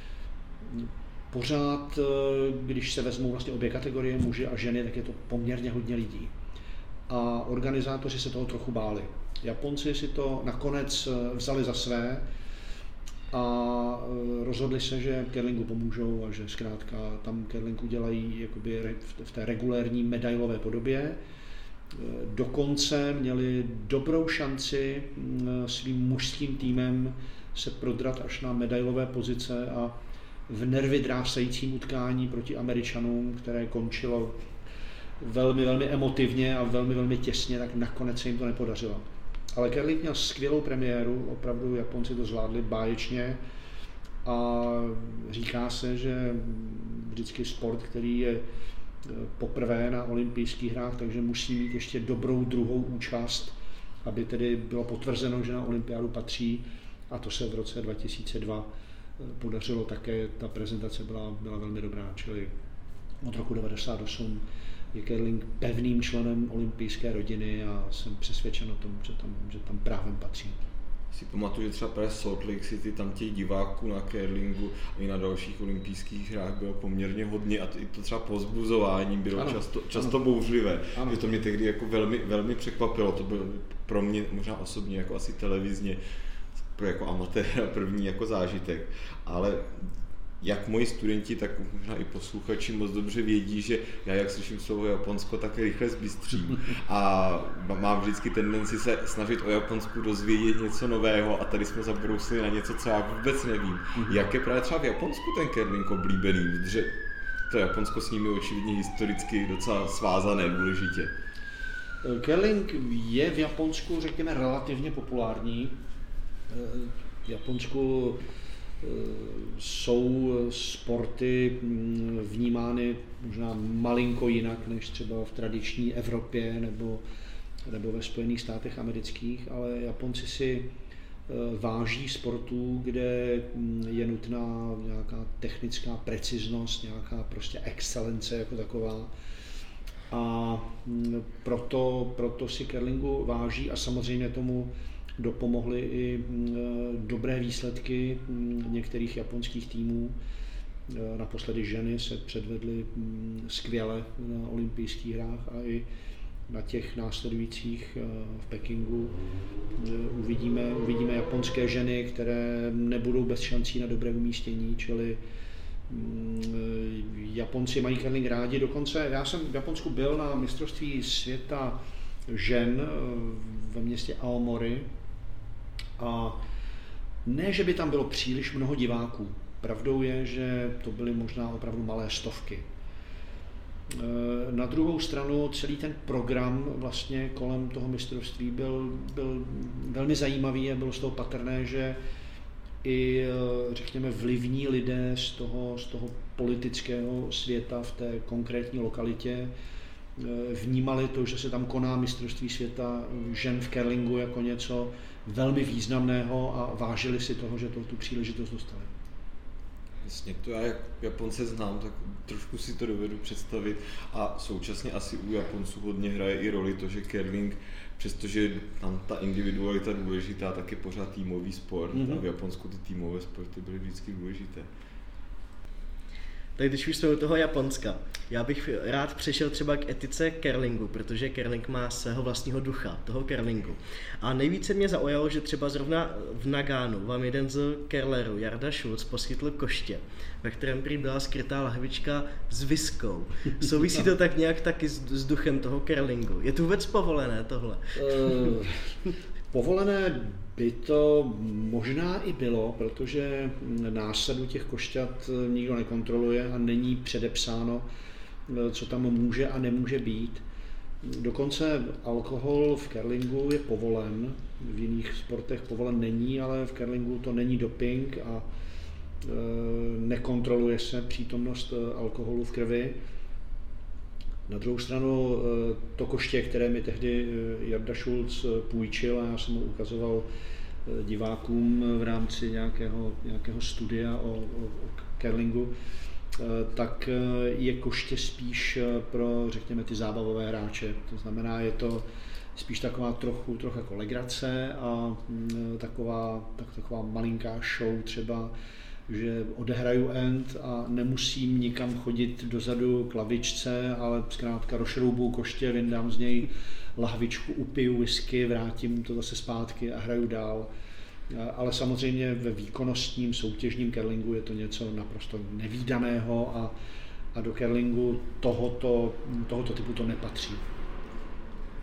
Pořád, když se vezmou vlastně obě kategorie, muži a ženy, tak je to poměrně hodně lidí. A organizátoři se toho trochu báli. Japonci si to nakonec vzali za své a rozhodli se, že curlingu pomůžou a že zkrátka tam curling udělají jakoby v té regulérní medailové podobě. Dokonce měli dobrou šanci svým mužským týmem se prodrat až na medailové pozice a v nervy drásajícím utkání proti Američanům, které končilo velmi emotivně a velmi těsně, tak nakonec se jim to nepodařilo. Ale curling měl skvělou premiéru, opravdu Japonci to zvládli báječně a říká se, že vždycky sport, který je poprvé na olympijských hrách, takže musí mít ještě dobrou druhou účast, aby tedy bylo potvrzeno, že na olympiádu patří, a to se v roce 2002 podařilo také, ta prezentace byla velmi dobrá, čili od roku 1998 je curling pevným členem olympijské rodiny a jsem přesvědčen o tom, že tam právem patří. Si pamatuju, že třeba právě Salt Lake City, tam těch diváků na curlingu i na dalších olympijských hrách bylo poměrně hodně a i to třeba povzbuzování bylo často bouřlivé. Že to mě tehdy jako velmi překvapilo, to bylo pro mě možná osobně jako asi televizně jako amatéra první jako zážitek, ale jak moji studenti, tak možná i posluchači moc dobře vědí, že já jak slyším slovo Japonsko, tak rychle zbystřím a mám vždycky tendenci se snažit o Japonsku dozvědět něco nového a tady jsme zabrousili na něco, co já vůbec nevím. Jak je právě třeba v Japonsku ten curling oblíbený, protože to Japonsko s nimi očividně historicky docela svázané důležitě. Curling je v Japonsku, řekněme, relativně populární. V Japonsku jsou sporty vnímány možná malinko jinak než třeba v tradiční Evropě nebo ve Spojených státech amerických, ale Japonci si váží sportů, kde je nutná nějaká technická preciznost, nějaká prostě excelence jako taková. A proto si curlingu váží a samozřejmě tomu dopomohly i dobré výsledky některých japonských týmů. Naposledy ženy se předvedly skvěle na olympijských hrách a i na těch následujících v Pekingu uvidíme japonské ženy, které nebudou bez šancí na dobré umístění, čili Japonci mají curling rádi. Dokonce já jsem v Japonsku byl na mistrovství světa žen ve městě Aomori a ne, že by tam bylo příliš mnoho diváků. Pravdou je, že to byly možná opravdu malé stovky. Na druhou stranu celý ten program vlastně kolem toho mistrovství byl velmi zajímavý a bylo z toho patrné, že i řekněme vlivní lidé z toho politického světa v té konkrétní lokalitě vnímali to, že se tam koná mistrovství světa žen v curlingu jako něco velmi významného a vážili si toho, že tu příležitost dostali. Jasně, to já jak Japonce znám, tak trošku si to dovedu představit a současně asi u Japonců hodně hraje i roli to, že curling, přestože tam ta individualita důležitá, tak je pořád týmový sport a v Japonsku ty týmové sporty byly vždycky důležité. Tak když už jsme u toho Japonska, já bych rád přešel třeba k etice curlingu, protože curling má svého vlastního ducha, toho curlingu. A nejvíce mě zaujalo, že třeba zrovna v Nagánu vám jeden z curlerů, Jarda Schulz, poskytl koště, ve kterém prý byla skrytá lahvička s viskou. Souvisí to tak nějak taky s duchem toho curlingu? Je to vůbec povolené tohle? Povolené by to možná i bylo, protože násadu těch košťat nikdo nekontroluje a není předepsáno, co tam může a nemůže být. Dokonce alkohol v curlingu je povolen, v jiných sportech povolen není, ale v curlingu to není doping a nekontroluje se přítomnost alkoholu v krvi. Na druhou stranu to koště, které mi tehdy Jarda Schulz půjčil a já jsem mu ukazoval divákům v rámci nějakého studia o curlingu, tak je koště spíš pro, řekněme, ty zábavové hráče. To znamená, je to spíš trochu jako legrace a taková malinká show třeba, že odehraju end a nemusím nikam chodit dozadu k lavičce, ale zkrátka rozšroubuju koště, vyndám z něj lahvičku, upiju whisky, vrátím to zase zpátky a hraju dál. Ale samozřejmě ve výkonnostním soutěžním curlingu je to něco naprosto nevídaného a do curlingu tohoto typu to nepatří.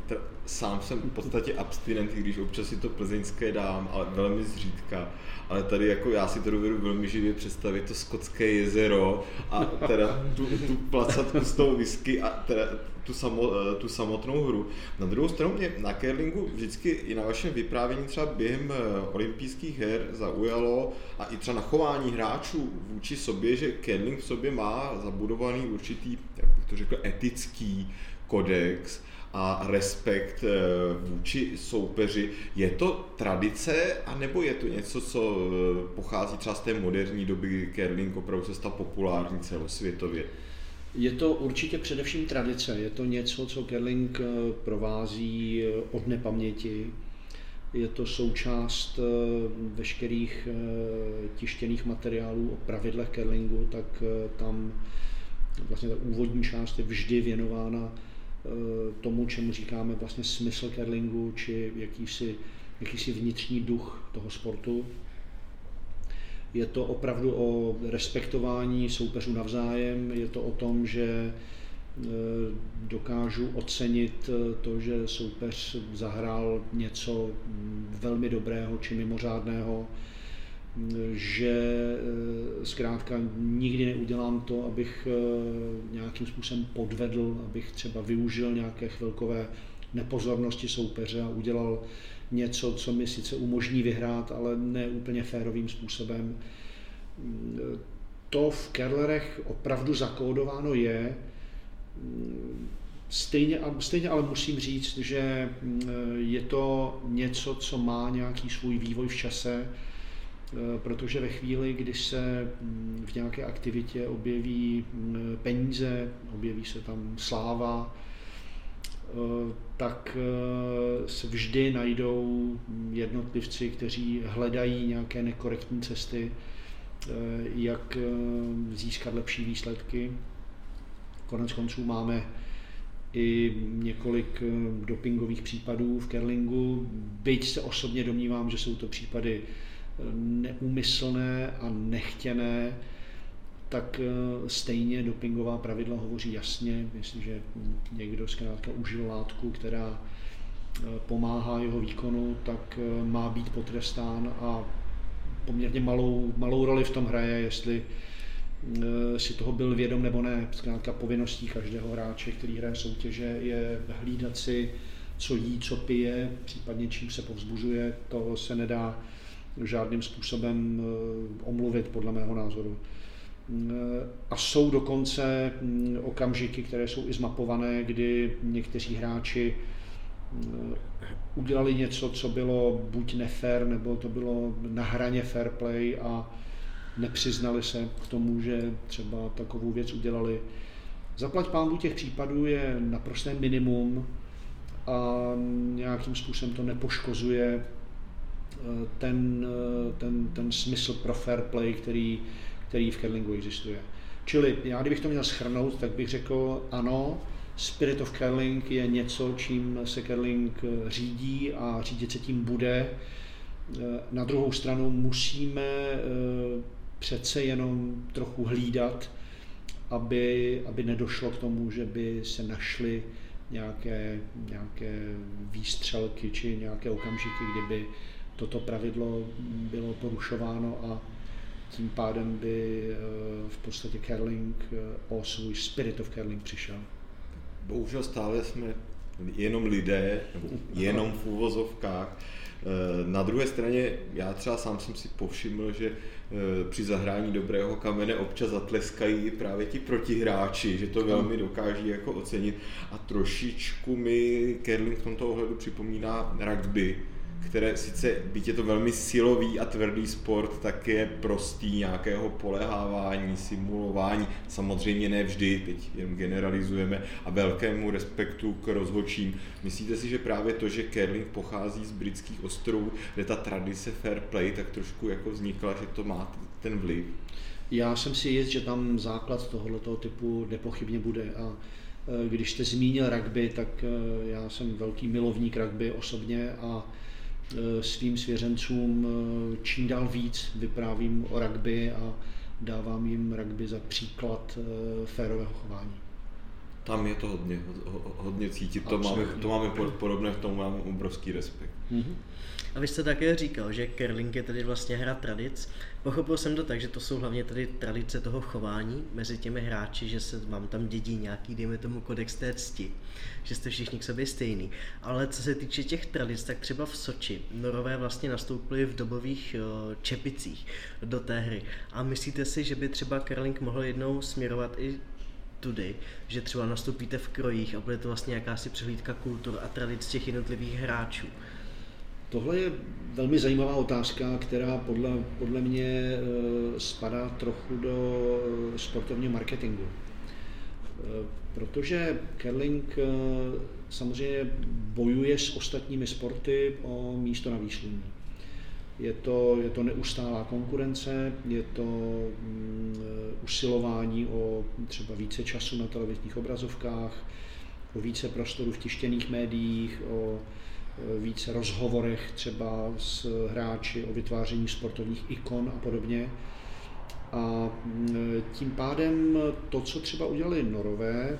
sám jsem v podstatě abstinent, i když občas si to plzeňské dám, ale velmi zřídka. Ale tady jako já si to dovedu velmi živě představit, to Skotské jezero a teda tu placatku z toho whisky a teda tu samotnou hru. Na druhou stranu mě na curlingu vždycky i na vašem vyprávění třeba během olympijských her zaujalo a i třeba na chování hráčů vůči sobě, že curling v sobě má zabudovaný určitý, jak bych to řekl, etický kodex a respekt vůči soupeři. Je to tradice, anebo je to něco, co pochází třeba z té moderní doby, kdy curling opravdu se stal populární celosvětově? Je to určitě především tradice, je to něco, co curling provází od nepaměti. Je to součást veškerých tištěných materiálů o pravidlech curlingu, tak tam vlastně ta úvodní část je vždy věnována tomu, čemu říkáme vlastně smysl curlingu, či jakýsi vnitřní duch toho sportu. Je to opravdu o respektování soupeřů navzájem, je to o tom, že dokážu ocenit to, že soupeř zahrál něco velmi dobrého či mimořádného, že zkrátka nikdy neudělám to, abych nějakým způsobem podvedl, abych třeba využil nějaké chvilkové nepozornosti soupeře a udělal něco, co mi sice umožní vyhrát, ale ne úplně férovým způsobem. To v curlerech opravdu zakódováno je. Stejně ale musím říct, že je to něco, co má nějaký svůj vývoj v čase, protože ve chvíli, kdy se v nějaké aktivitě objeví peníze, objeví se tam sláva, tak se vždy najdou jednotlivci, kteří hledají nějaké nekorektní cesty, jak získat lepší výsledky. Konec konců máme i několik dopingových případů v curlingu, byť se osobně domnívám, že jsou to případy neúmyslné a nechtěné, tak stejně dopingová pravidla hovoří jasně. Jestliže někdo zkrátka užil látku, která pomáhá jeho výkonu, tak má být potrestán a poměrně malou roli v tom hraje, jestli si toho byl vědom nebo ne. Zkrátka povinností každého hráče, který hraje soutěže, je hlídat si, co jí, co pije, případně čím se povzbuzuje. To se nedá žádným způsobem omluvit, podle mého názoru. A jsou dokonce okamžiky, které jsou i zmapované, kdy někteří hráči udělali něco, co bylo buď nefér, nebo to bylo na hraně fair play a nepřiznali se k tomu, že třeba takovou věc udělali. Zaplať pánbůh těch případů je naprosté minimum a nějakým způsobem to nepoškozuje ten smysl pro fair play, který v curlingu existuje. Čili já, kdybych to měl shrnout, tak bych řekl ano, Spirit of Curling je něco, čím se curling řídí a řídit se tím bude. Na druhou stranu musíme přece jenom trochu hlídat, aby nedošlo k tomu, že by se našly nějaké výstřelky či nějaké okamžiky, kdyby toto pravidlo bylo porušováno a tím pádem by v podstatě curling o svůj Spirit of Curling přišel. Bohužel stále jsme jenom lidé, nebo jenom v uvozovkách. Na druhé straně já třeba sám jsem si povšiml, že při zahrání dobrého kamene občas zatleskají právě ti protihráči, že to velmi dokáží jako ocenit a trošičku mi curling v tomto ohledu připomíná rugby, které sice, byť je to velmi silový a tvrdý sport, tak je prostý nějakého polehávání, simulování, samozřejmě ne vždy, teď jen generalizujeme, a velkému respektu k rozhodčím. Myslíte si, že právě to, že curling pochází z britských ostrovů, kde ta tradice fair play tak trošku jako vznikla, že to má ten vliv? Já jsem si jist, že tam základ tohoto typu nepochybně bude. A když jste zmínil rugby, tak já jsem velký milovník rugby osobně a svým svěřencům čím dál víc vyprávím o rugby a dávám jim rugby za příklad férového chování. Tam je to hodně cítit, to máme podobné, k tomu mám obrovský respekt. Mm-hmm. A vy jste také říkal, že curling je tedy vlastně hra tradic. Pochopil jsem to tak, že to jsou hlavně tedy tradice toho chování mezi těmi hráči, že se vám tam dědí nějaký, dejme tomu, kodex té cti, že jste všichni k sobě stejný. Ale co se týče těch tradic, tak třeba v Soči Norové vlastně nastoupili v dobových čepicích do té hry. A myslíte si, že by třeba curling mohl jednou směrovat i tudy, že třeba nastoupíte v krojích a bude to vlastně jakási přehlídka kultur a tradic těch jednotlivých hráčů? Tohle je velmi zajímavá otázka, která podle mě spadá trochu do sportovního marketingu. Protože curling samozřejmě bojuje s ostatními sporty o místo na výsluní. Je to neustálá konkurence, je to usilování o třeba více času na televizních obrazovkách, o více prostoru v tištěných médiích, o více rozhovorech třeba s hráči, o vytváření sportovních ikon a podobně. A tím pádem to, co třeba udělali Norové,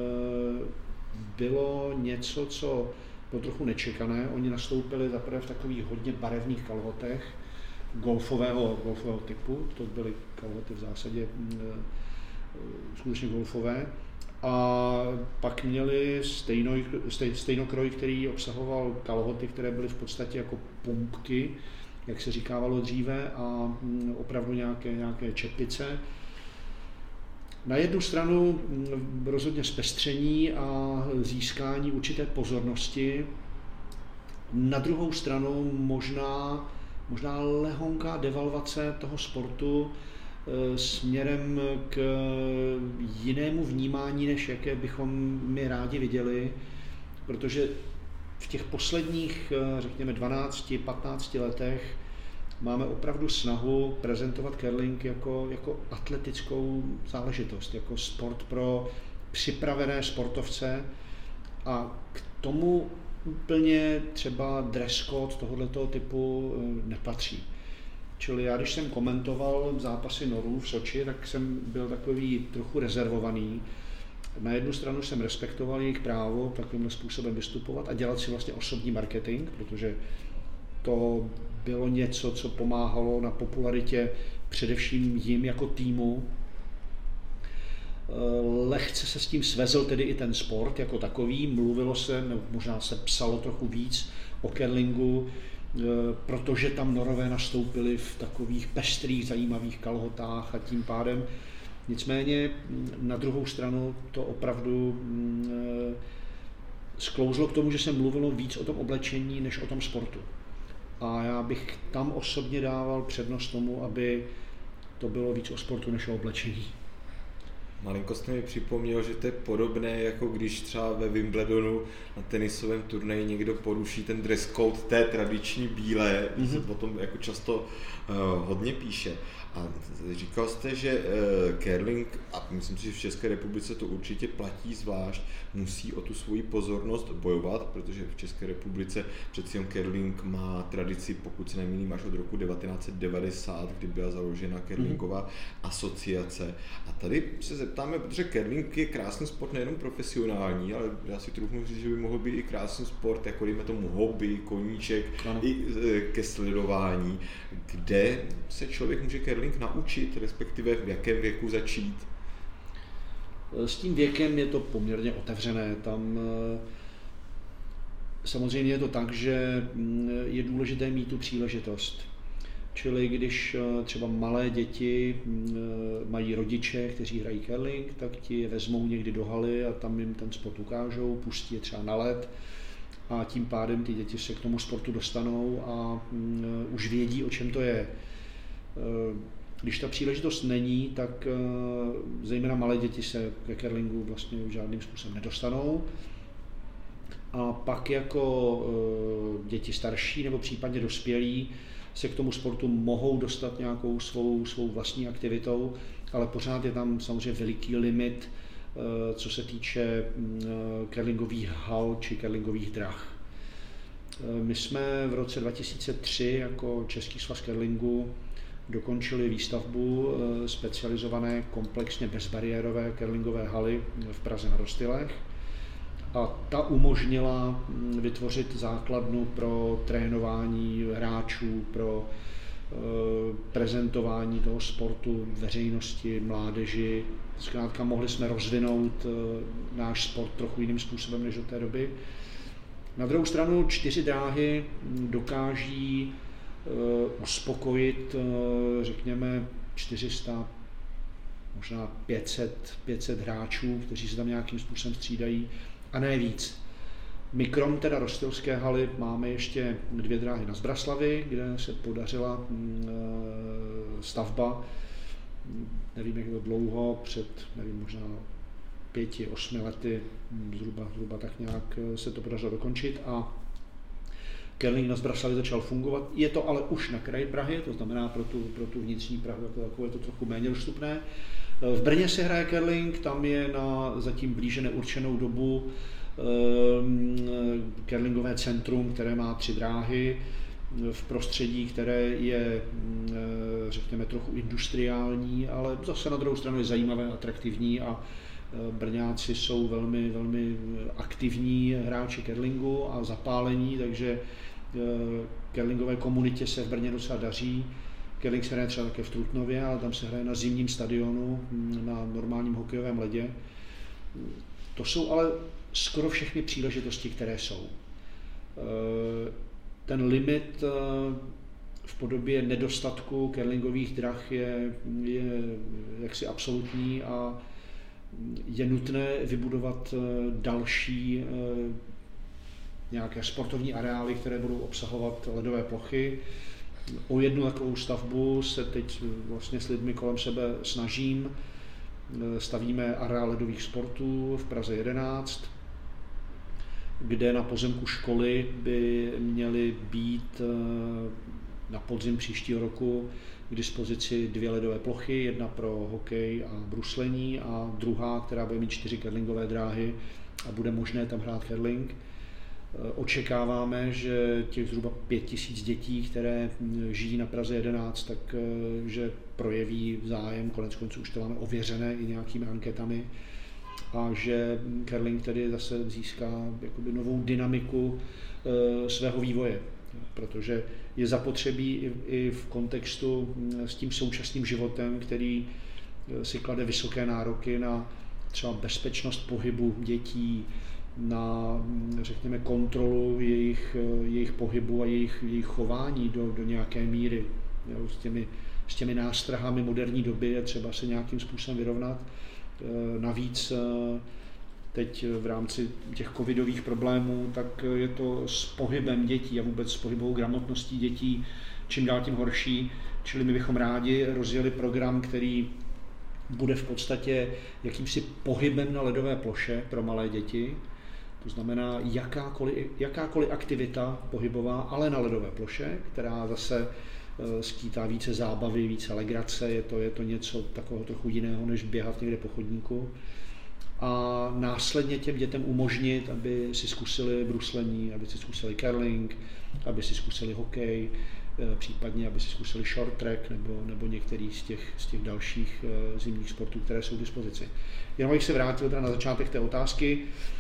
bylo něco, co bylo trochu nečekané. Oni nastoupili zaprvé v takových hodně barevných kalhotech golfového typu, to byly kalhoty v zásadě skutečně golfové. A pak měli stejnokroj, který obsahoval kalhoty, které byly v podstatě jako pumpky, jak se říkávalo dříve, a opravdu nějaké čepice. Na jednu stranu rozhodně zpestření a získání určité pozornosti, na druhou stranu možná lehonká devalvace toho sportu směrem k jinému vnímání, než jaké bychom my rádi viděli, protože v těch posledních, řekněme, 12-15 letech máme opravdu snahu prezentovat curling jako atletickou záležitost, jako sport pro připravené sportovce, a k tomu úplně třeba dress code tohoto typu nepatří. Čili já, když jsem komentoval zápasy Norů v Soči, tak jsem byl takový trochu rezervovaný. Na jednu stranu jsem respektoval jejich právo takovým způsobem vystupovat a dělat si vlastně osobní marketing, protože to bylo něco, co pomáhalo na popularitě především jim jako týmu. Lehce se s tím svezl tedy i ten sport jako takový, mluvilo se, nebo možná se psalo trochu víc o curlingu, protože tam Norové nastoupili v takových pestrých, zajímavých kalhotách a tím pádem. Nicméně na druhou stranu to opravdu sklouzlo k tomu, že se mluvilo víc o tom oblečení, než o tom sportu. A já bych tam osobně dával přednost tomu, aby to bylo víc o sportu, než o oblečení. Malinko jste mi připomněl, že to je podobné, jako když třeba ve Wimbledonu na tenisovém turnaji někdo poruší ten dress code té tradiční bílé, se potom jako často hodně píše. A říkal jste, že curling, a myslím si, že v České republice to určitě platí zvlášť, musí o tu svoji pozornost bojovat, protože v České republice přeci jen curling má tradici, pokud se nemýlím, až od roku 1990, kdy byla založena curlingová asociace. A tady se zeptáme, protože curling je krásný sport nejenom profesionální, ale já si trochu říct, že by mohl být i krásný sport, jako dejme tomu hobby, koníček, i ke sledování, kde se člověk může curling naučit, respektive v jakém věku začít? S tím věkem je to poměrně otevřené. Tam samozřejmě je to tak, že je důležité mít tu příležitost. Čili když třeba malé děti mají rodiče, kteří hrají curling, tak ti je vezmou někdy do haly a tam jim ten sport ukážou, pustí je třeba na led a tím pádem ty děti se k tomu sportu dostanou a už vědí, o čem to je. Když ta příležitost není, tak zejména malé děti se ke curlingu vlastně žádným způsobem nedostanou. A pak jako děti starší nebo případně dospělí se k tomu sportu mohou dostat nějakou svou vlastní aktivitou, ale pořád je tam samozřejmě veliký limit, co se týče curlingových hal či curlingových drah. My jsme v roce 2003 jako Český svaz curlingu dokončili výstavbu specializované komplexně bezbariérové curlingové haly v Praze na Rostylech. A ta umožnila vytvořit základnu pro trénování hráčů, pro prezentování toho sportu veřejnosti, mládeži. Zkrátka mohli jsme rozvinout náš sport trochu jiným způsobem než do té doby. Na druhou stranu 4 dráhy dokáží uspokojit, řekněme, 400, možná 500 hráčů, kteří se tam nějakým způsobem střídají, a ne víc. My krom teda Rostylské haly máme ještě 2 dráhy na Zbraslavi, kde se podařila stavba, nevím jak to dlouho, před možná 5-8 lety, zhruba tak nějak se to podařilo dokončit a curling na Zbraslavi začal fungovat. Je to ale už na kraji Prahy, to znamená pro tu vnitřní Prahu takové to trochu méně dostupné. V Brně se hraje curling, tam je na zatím blíže neurčenou dobu curlingové centrum, které má 3 dráhy v prostředí, které je, řekněme, trochu industriální, ale zase na druhou stranu je zajímavé, atraktivní a Brňáci jsou velmi, velmi aktivní hráči curlingu a zapálení, takže curlingové komunitě se v Brně docela daří. Curling se hraje třeba také v Trutnově, ale tam se hraje na zimním stadionu, na normálním hokejovém ledě. To jsou ale skoro všechny příležitosti, které jsou. Ten limit v podobě nedostatku curlingových drah je jaksi absolutní a je nutné vybudovat další nějaké sportovní areály, které budou obsahovat ledové plochy. O jednu takovou stavbu se teď vlastně s lidmi kolem sebe snažím. Stavíme areál ledových sportů v Praze 11, kde na pozemku školy by měly být na podzim příštího roku k dispozici 2 ledové plochy, jedna pro hokej a bruslení a druhá, která bude mít 4 curlingové dráhy a bude možné tam hrát curling. Očekáváme, že těch zhruba 5000 dětí, které žijí na Praze 11, tak že projeví zájem, koneckonců už to máme ověřené i nějakými anketami, a že curling tedy zase získá jakoby novou dynamiku svého vývoje, protože je zapotřebí i v kontextu s tím současným životem, který si klade vysoké nároky na třeba bezpečnost pohybu dětí, na, řekněme, kontrolu jejich pohybu a jejich chování do nějaké míry. Jo, s těmi nástrahami moderní doby je třeba se nějakým způsobem vyrovnat. Navíc teď v rámci těch covidových problémů, tak je to s pohybem dětí a vůbec s pohybovou gramotností dětí čím dál tím horší. Čili my bychom rádi rozjeli program, který bude v podstatě jakýmsi pohybem na ledové ploše pro malé děti. To znamená jakákoliv aktivita pohybová, ale na ledové ploše, která zase skýtá více zábavy, více legrace, je to něco takového trochu jiného, než běhat někde po chodníku. A následně těm dětem umožnit, aby si zkusili bruslení, aby si zkusili curling, aby si zkusili hokej, případně aby si zkusili short track nebo některý z těch dalších zimních sportů, které jsou k dispozici. Jenom bych se vrátil teda na začátek té otázky.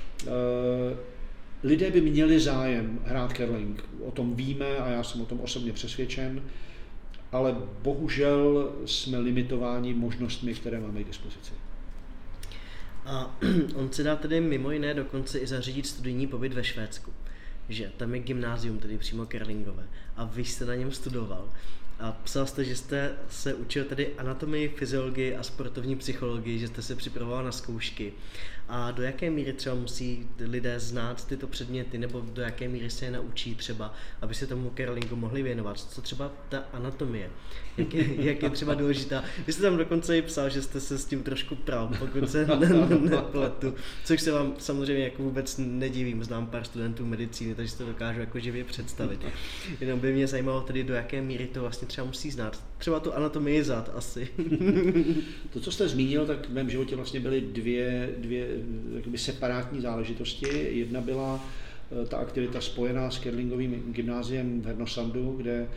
Lidé by měli zájem hrát curling, o tom víme a já jsem o tom osobně přesvědčen, ale bohužel jsme limitováni možnostmi, které máme k dispozici. A on se dá tedy mimo jiné dokonce i zařídit studijní pobyt ve Švédsku, že tam je gymnázium, tedy přímo curlingové, a vy jste na něm studoval. A psal jste, že jste se učil tedy anatomii, fyziologii a sportovní psychologii, že jste se připravoval na zkoušky. A do jaké míry třeba musí lidé znát tyto předměty, nebo do jaké míry se je naučí třeba, aby se tomu curlingu mohli věnovat? Co třeba ta anatomie? Jak je třeba důležitá? Vy jste tam dokonce i psal, že jste se s tím trošku pral, pokud se nepletu, což se vám samozřejmě jako vůbec nedivím, znám pár studentů medicíny, takže si to dokážu jako živě představit. Jenom by mě zajímalo tedy, do jaké míry to vlastně třeba musí znát. Třeba tu anatomii zad asi. To, co jste zmínil, tak v mém životě vlastně byly dvě jakoby separátní záležitosti. Jedna byla ta aktivita spojená s curlingovým gymnáziem v Hernosandu, kde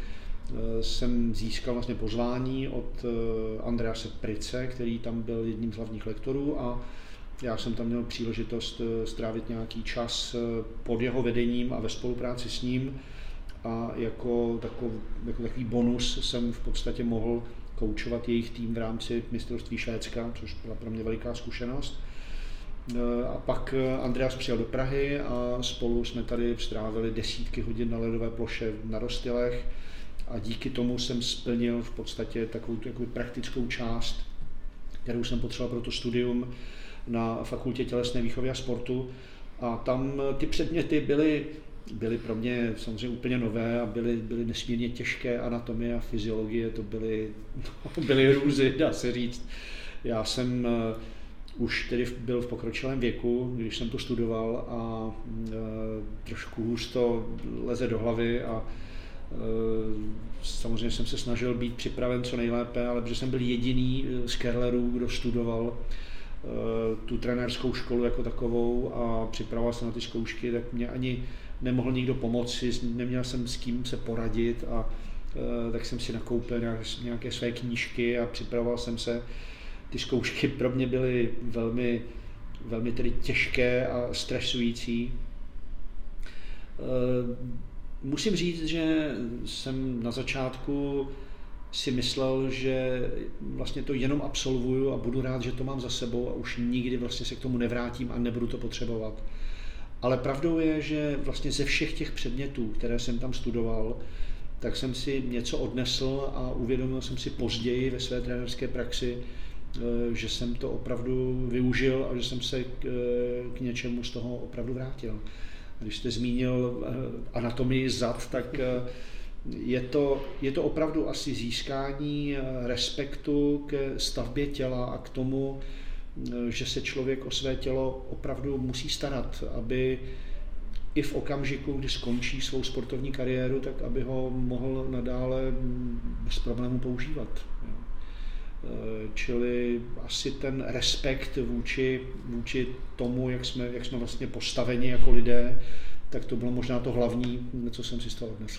jsem získal vlastně pozvání od Andrease Price, který tam byl jedním z hlavních lektorů a já jsem tam měl příležitost strávit nějaký čas pod jeho vedením a ve spolupráci s ním a jako takový bonus jsem v podstatě mohl koučovat jejich tým v rámci mistrovství Švédska, což byla pro mě veliká zkušenost. A pak Andreas přijel do Prahy a spolu jsme tady strávili desítky hodin na ledové ploše na Rostylech a díky tomu jsem splnil v podstatě takovou praktickou část, kterou jsem potřeboval pro to studium na Fakultě tělesné výchovy a sportu. A tam ty předměty byly pro mě samozřejmě úplně nové a byly nesmírně těžké, anatomie a fyziologie, to byly hrůzy, dá se říct. Já jsem už tedy byl v pokročilém věku, když jsem to studoval a trošku hůř to leze do hlavy a samozřejmě jsem se snažil být připraven co nejlépe, ale protože jsem byl jediný z Kerlerů, kdo studoval tu trenérskou školu jako takovou a připravoval se na ty zkoušky, tak mě ani nemohl nikdo pomoci, neměl jsem s kým se poradit a tak jsem si nakoupil nějaké své knížky a připravoval jsem se. Ty zkoušky pro mě byly velmi, velmi tedy těžké a stresující. Musím říct, že jsem na začátku si myslel, že vlastně to jenom absolvuju a budu rád, že to mám za sebou a už nikdy vlastně se k tomu nevrátím a nebudu to potřebovat. Ale pravdou je, že vlastně ze všech těch předmětů, které jsem tam studoval, tak jsem si něco odnesl a uvědomil jsem si později ve své trenérské praxi, že jsem to opravdu využil a že jsem se k něčemu z toho opravdu vrátil. A když jste zmínil anatomii zad, tak je to opravdu asi získání respektu ke stavbě těla a k tomu, že se člověk o své tělo opravdu musí starat, aby i v okamžiku, kdy skončí svou sportovní kariéru, tak aby ho mohl nadále bez problémů používat. Čili asi ten respekt vůči tomu, jak jsme vlastně postaveni jako lidé, tak to bylo možná to hlavní, co jsem si z toho odnesl.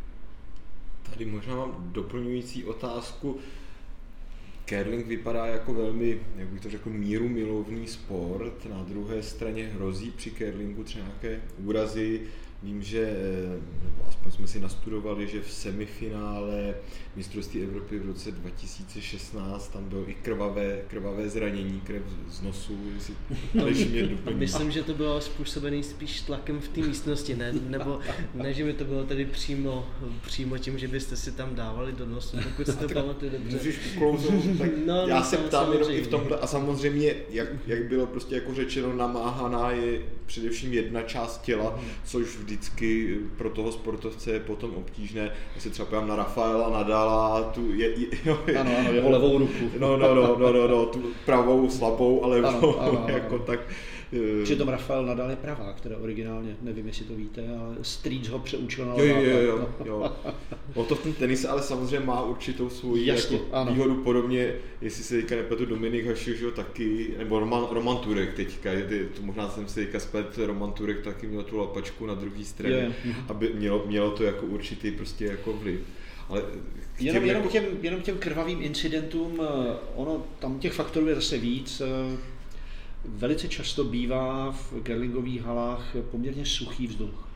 Tady možná mám doplňující otázku. Curling vypadá jako velmi, jak bych to řekl, mírumilovný sport. Na druhé straně hrozí při curlingu třeba nějaké úrazy. Vím, že, nebo aspoň jsme si nastudovali, že v semifinále mistrovství Evropy v roce 2016 tam bylo i krvavé zranění, krev z nosu, jestli mě doplní. Myslím, že to bylo způsobené spíš tlakem v té místnosti, ne, že by to bylo tady přímo tím, že byste si tam dávali do nosu, pokud si to pamatujete dobře. Můžeš uklouznout, tak já se ptám jenom i v tomhle a samozřejmě, jak bylo prostě jako řečeno, namáhaná je především jedna část těla, což vždycky pro toho sportovce je potom obtížné. Já se třeba podívám na Rafaela Nadala, ano, jeho levou ruku. No, tu pravou slabou, ale jako tak. Přitom Rafael Nadal je pravák, která originálně, nevím, jestli to víte, ale Streets ho přeučil na levá. Jo. To v tom tenise ale samozřejmě má určitou svou jako výhodu, podobně, jestli se teďka nepletu, Dominik Hašil, taky, nebo Roman Turek teďka, to možná jsem se teďka splet, Roman Turek taky měl tu lapačku na druhé straně, aby mělo to jako určitý prostě jako vliv. Ale jenom těm krvavým incidentům, tam těch faktorů je zase víc. Velice často bývá v curlingových halách poměrně suchý vzduch.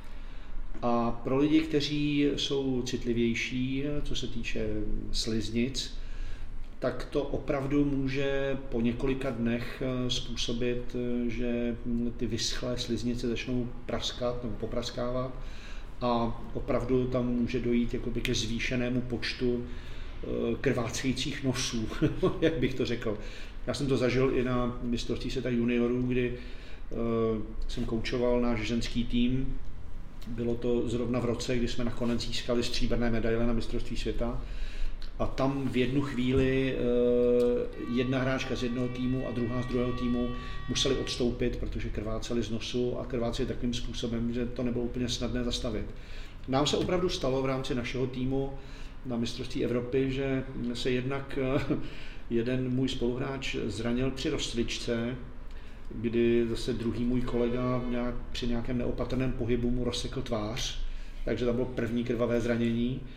A pro lidi, kteří jsou citlivější, co se týče sliznic, tak to opravdu může po několika dnech způsobit, že ty vyschlé sliznice začnou praskat nebo popraskávat a opravdu tam může dojít jakoby ke zvýšenému počtu krvácejících nosů, jak bych to řekl. Já jsem to zažil i na mistrovství světa juniorů, kdy jsem koučoval náš ženský tým. Bylo to zrovna v roce, kdy jsme nakonec získali stříbrné medaile na mistrovství světa. A tam v jednu chvíli jedna hráčka z jednoho týmu a druhá z druhého týmu museli odstoupit, protože krváceli z nosu a krváceli takovým způsobem, že to nebylo úplně snadné zastavit. Nám se opravdu stalo v rámci našeho týmu na mistrovství Evropy, že se jednak jeden můj spoluhráč zranil při rozcvičce, kdy zase druhý můj kolega při nějakém neopatrném pohybu mu rozsekl tvář, takže tam bylo první krvavé zranění.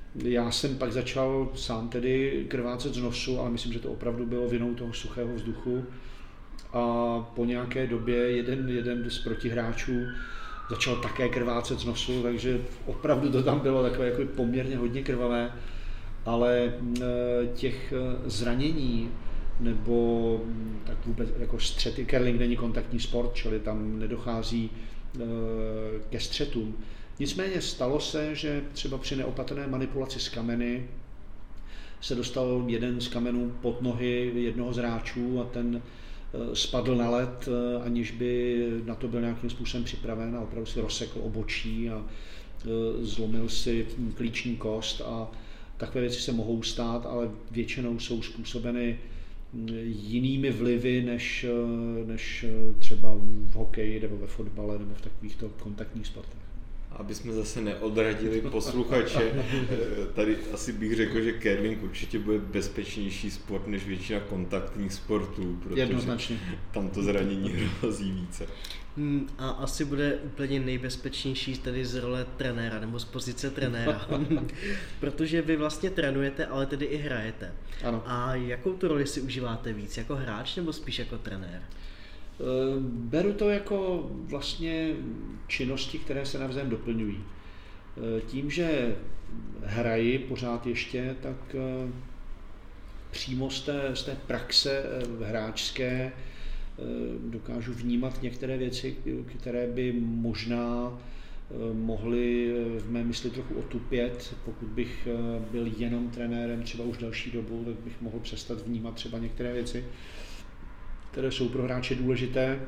Já jsem pak začal sám tedy krvácet z nosu, ale myslím, že to opravdu bylo vinou toho suchého vzduchu. A po nějaké době jeden z protihráčů začal také krvácet z nosu, takže opravdu to tam bylo takové jako poměrně hodně krvavé, ale těch zranění nebo tak vůbec jako střety, curling není kontaktní sport, čili tam nedochází ke střetům. Nicméně stalo se, že třeba při neopatrné manipulaci s kameny se dostal jeden z kamenů pod nohy jednoho z hráčů a ten spadl na led, aniž by na to byl nějakým způsobem připraven a opravdu si rozsekl obočí a zlomil si klíční kost a takové věci se mohou stát, ale většinou jsou způsobeny jinými vlivy než třeba v hokeji nebo ve fotbale nebo v takovýchto kontaktních sportech. Aby jsme zase neodradili posluchače, tady asi bych řekl, že curling určitě bude bezpečnější sport než většina kontaktních sportů, protože jednoznačně tam to zranění hrozí více. A asi bude úplně nejbezpečnější tady z role trenéra nebo z pozice trenéra, protože vy vlastně trénujete, ale tedy i hrajete. Ano. A jakou tu roli si užíváte víc, jako hráč nebo spíš jako trenér? Beru to jako vlastně činnosti, které se navzájem doplňují. Tím, že hraji pořád ještě, tak přímo z té praxe hráčské dokážu vnímat některé věci, které by možná mohly v mé mysli trochu otupět. Pokud bych byl jenom trenérem třeba už další dobu, tak bych mohl přestat vnímat třeba některé věci, které jsou pro hráče důležité.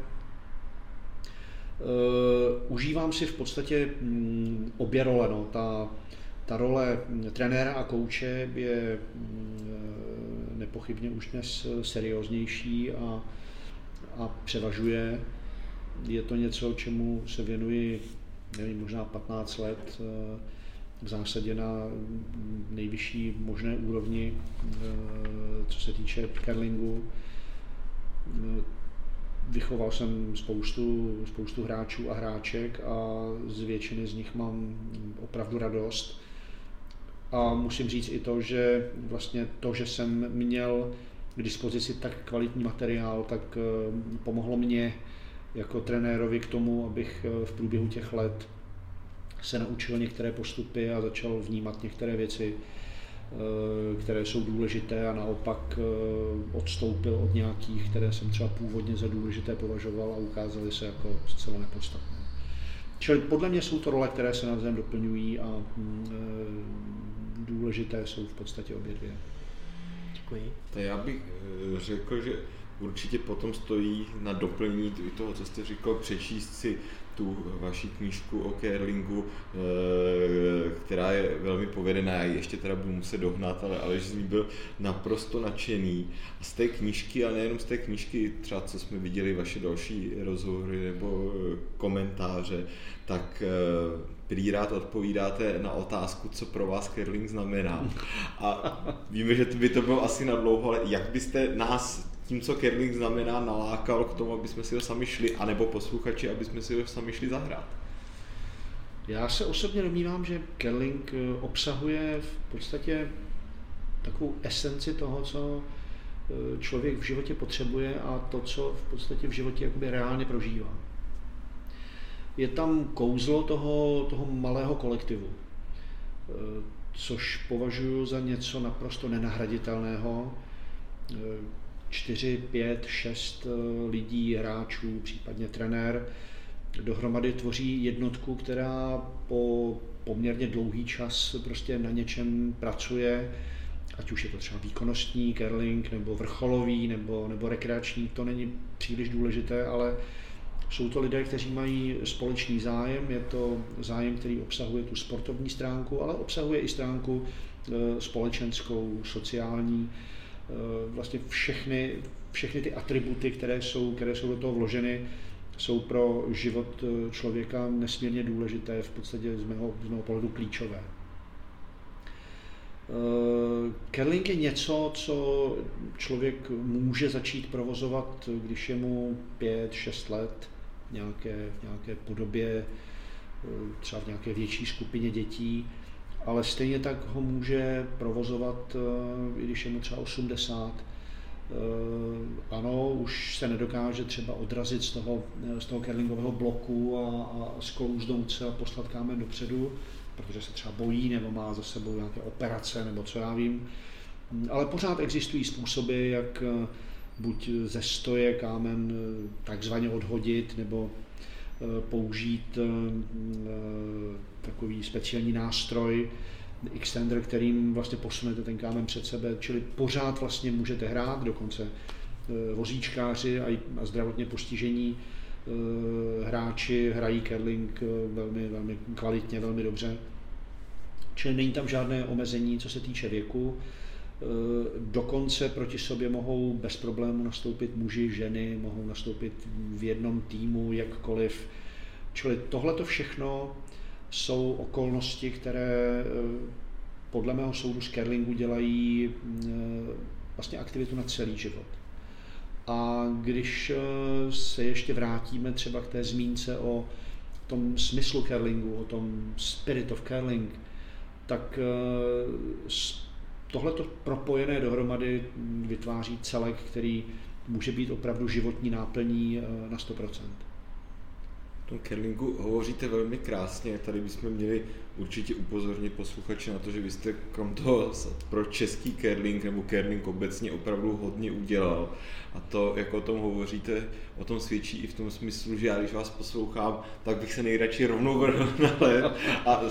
Užívám si v podstatě obě role. No. Ta role trenéra a kouče je nepochybně už dnes serióznější a převažuje. Je to něco, čemu se věnuji, nevím, možná 15 let, v zásadě na nejvyšší možné úrovni, co se týče curlingu. Vychoval jsem spoustu hráčů a hráček a z většiny z nich mám opravdu radost. A musím říct i to, že vlastně to, že jsem měl k dispozici tak kvalitní materiál, tak pomohlo mě jako trenérovi k tomu, abych v průběhu těch let se naučil některé postupy a začal vnímat některé věci, které jsou důležité a naopak odstoupil od nějakých, které jsem třeba původně za důležité považoval a ukázaly se jako zcela nepodstatné. Čili podle mě jsou to role, které se navzájem doplňují a důležité jsou v podstatě obě dvě. Děkuji. Tak já bych řekl, že určitě potom stojí na doplnění toho, co jste říkal, přečíst si tu vaši knížku o curlingu, která je velmi povedená, já ji ještě teda budu muset dohnat, ale že z ní byl naprosto nadšený. A z té knížky, a nejenom z té knížky, třeba co jsme viděli vaše další rozhovory nebo komentáře, tak prý rád odpovídáte na otázku, co pro vás curling znamená. A víme, že by to bylo asi na dlouho, ale jak byste nás tím, co curling znamená, nalákal k tomu, aby jsme si ho sami šli, anebo posluchači, aby jsme si ho sami šli zahrát? Já se osobně domnívám, že curling obsahuje v podstatě takovou esenci toho, co člověk v životě potřebuje a to, co v podstatě v životě jakoby reálně prožívá. Je tam kouzlo toho malého kolektivu, což považuji za něco naprosto nenahraditelného. 4, 5, 6 lidí, hráčů, případně trenér, dohromady tvoří jednotku, která po poměrně dlouhý čas prostě na něčem pracuje, ať už je to třeba výkonnostní curling, nebo vrcholový, nebo rekreační, to není příliš důležité, ale jsou to lidé, kteří mají společný zájem, je to zájem, který obsahuje tu sportovní stránku, ale obsahuje i stránku společenskou, sociální. Vlastně všechny ty atributy, které jsou do toho vloženy, jsou pro život člověka nesmírně důležité, v podstatě z mého pohledu klíčové. Curling je něco, co člověk může začít provozovat, když je mu 5-6 let, v nějaké podobě, třeba v nějaké větší skupině dětí, ale stejně tak ho může provozovat, i když je mu třeba 80. Ano, už se nedokáže třeba odrazit z toho curlingového bloku a sklouznout se a poslat kámen dopředu, protože se třeba bojí nebo má za sebou nějaké operace nebo co já vím. Ale pořád existují způsoby, jak buď ze stoje kámen takzvaně odhodit nebo použít takový speciální nástroj, extender, kterým vlastně posunete ten kámen před sebe, čili pořád vlastně můžete hrát, dokonce vozíčkáři a zdravotně postižení hráči hrají curling velmi, velmi kvalitně, velmi dobře. Čili není tam žádné omezení, co se týče věku. Dokonce proti sobě mohou bez problému nastoupit muži, ženy, mohou nastoupit v jednom týmu, jakkoliv. Čili tohleto všechno jsou okolnosti, které podle mého soudu z curlingu dělají vlastně aktivitu na celý život. A když se ještě vrátíme třeba k té zmínce o tom smyslu curlingu, o tom spirit of curling, tak tohleto propojené dohromady vytváří celek, který může být opravdu životní náplní na 100%. O tom curlingu hovoříte velmi krásně, tady bychom měli určitě upozornit posluchače na to, že vy jste krom toho pro český curling nebo curling obecně opravdu hodně udělal. A to, jak o tom hovoříte, o tom svědčí i v tom smyslu, že já když vás poslouchám, tak bych se nejradši rovnou vrhl na led a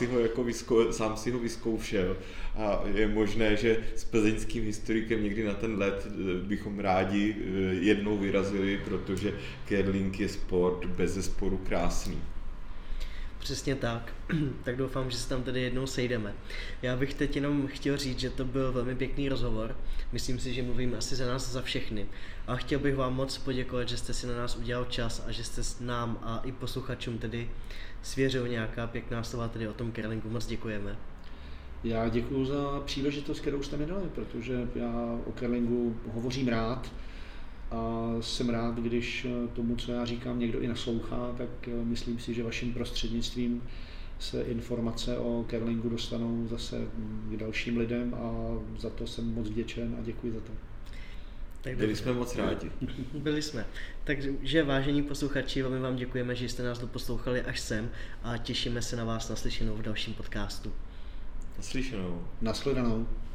sám si ho vyzkoušel. A je možné, že s plzeňským historikem někdy na ten led bychom rádi jednou vyrazili, protože curling je sport bezesporu krásný. Přesně tak. Tak doufám, že se tam tedy jednou sejdeme. Já bych teď jenom chtěl říct, že to byl velmi pěkný rozhovor. Myslím si, že mluvím asi za nás za všechny. A chtěl bych vám moc poděkovat, že jste si na nás udělal čas a že jste s nám a i posluchačům tedy svěřil nějaká pěkná slova tedy o tom curlingu. Moc děkujeme. Já děkuji za příležitost, kterou jste mi dali, protože já o curlingu hovořím rád. A jsem rád, když tomu, co já říkám, někdo i naslouchá, tak myslím si, že vaším prostřednictvím se informace o curlingu dostanou zase k dalším lidem a za to jsem moc vděčen a děkuji za to. Tak byli jsme moc rádi. Byli jsme. Takže vážení posluchači, velmi vám děkujeme, že jste nás doposlouchali až sem a těšíme se na vás naslyšenou v dalším podcastu. Naslyšenou. Nashledanou.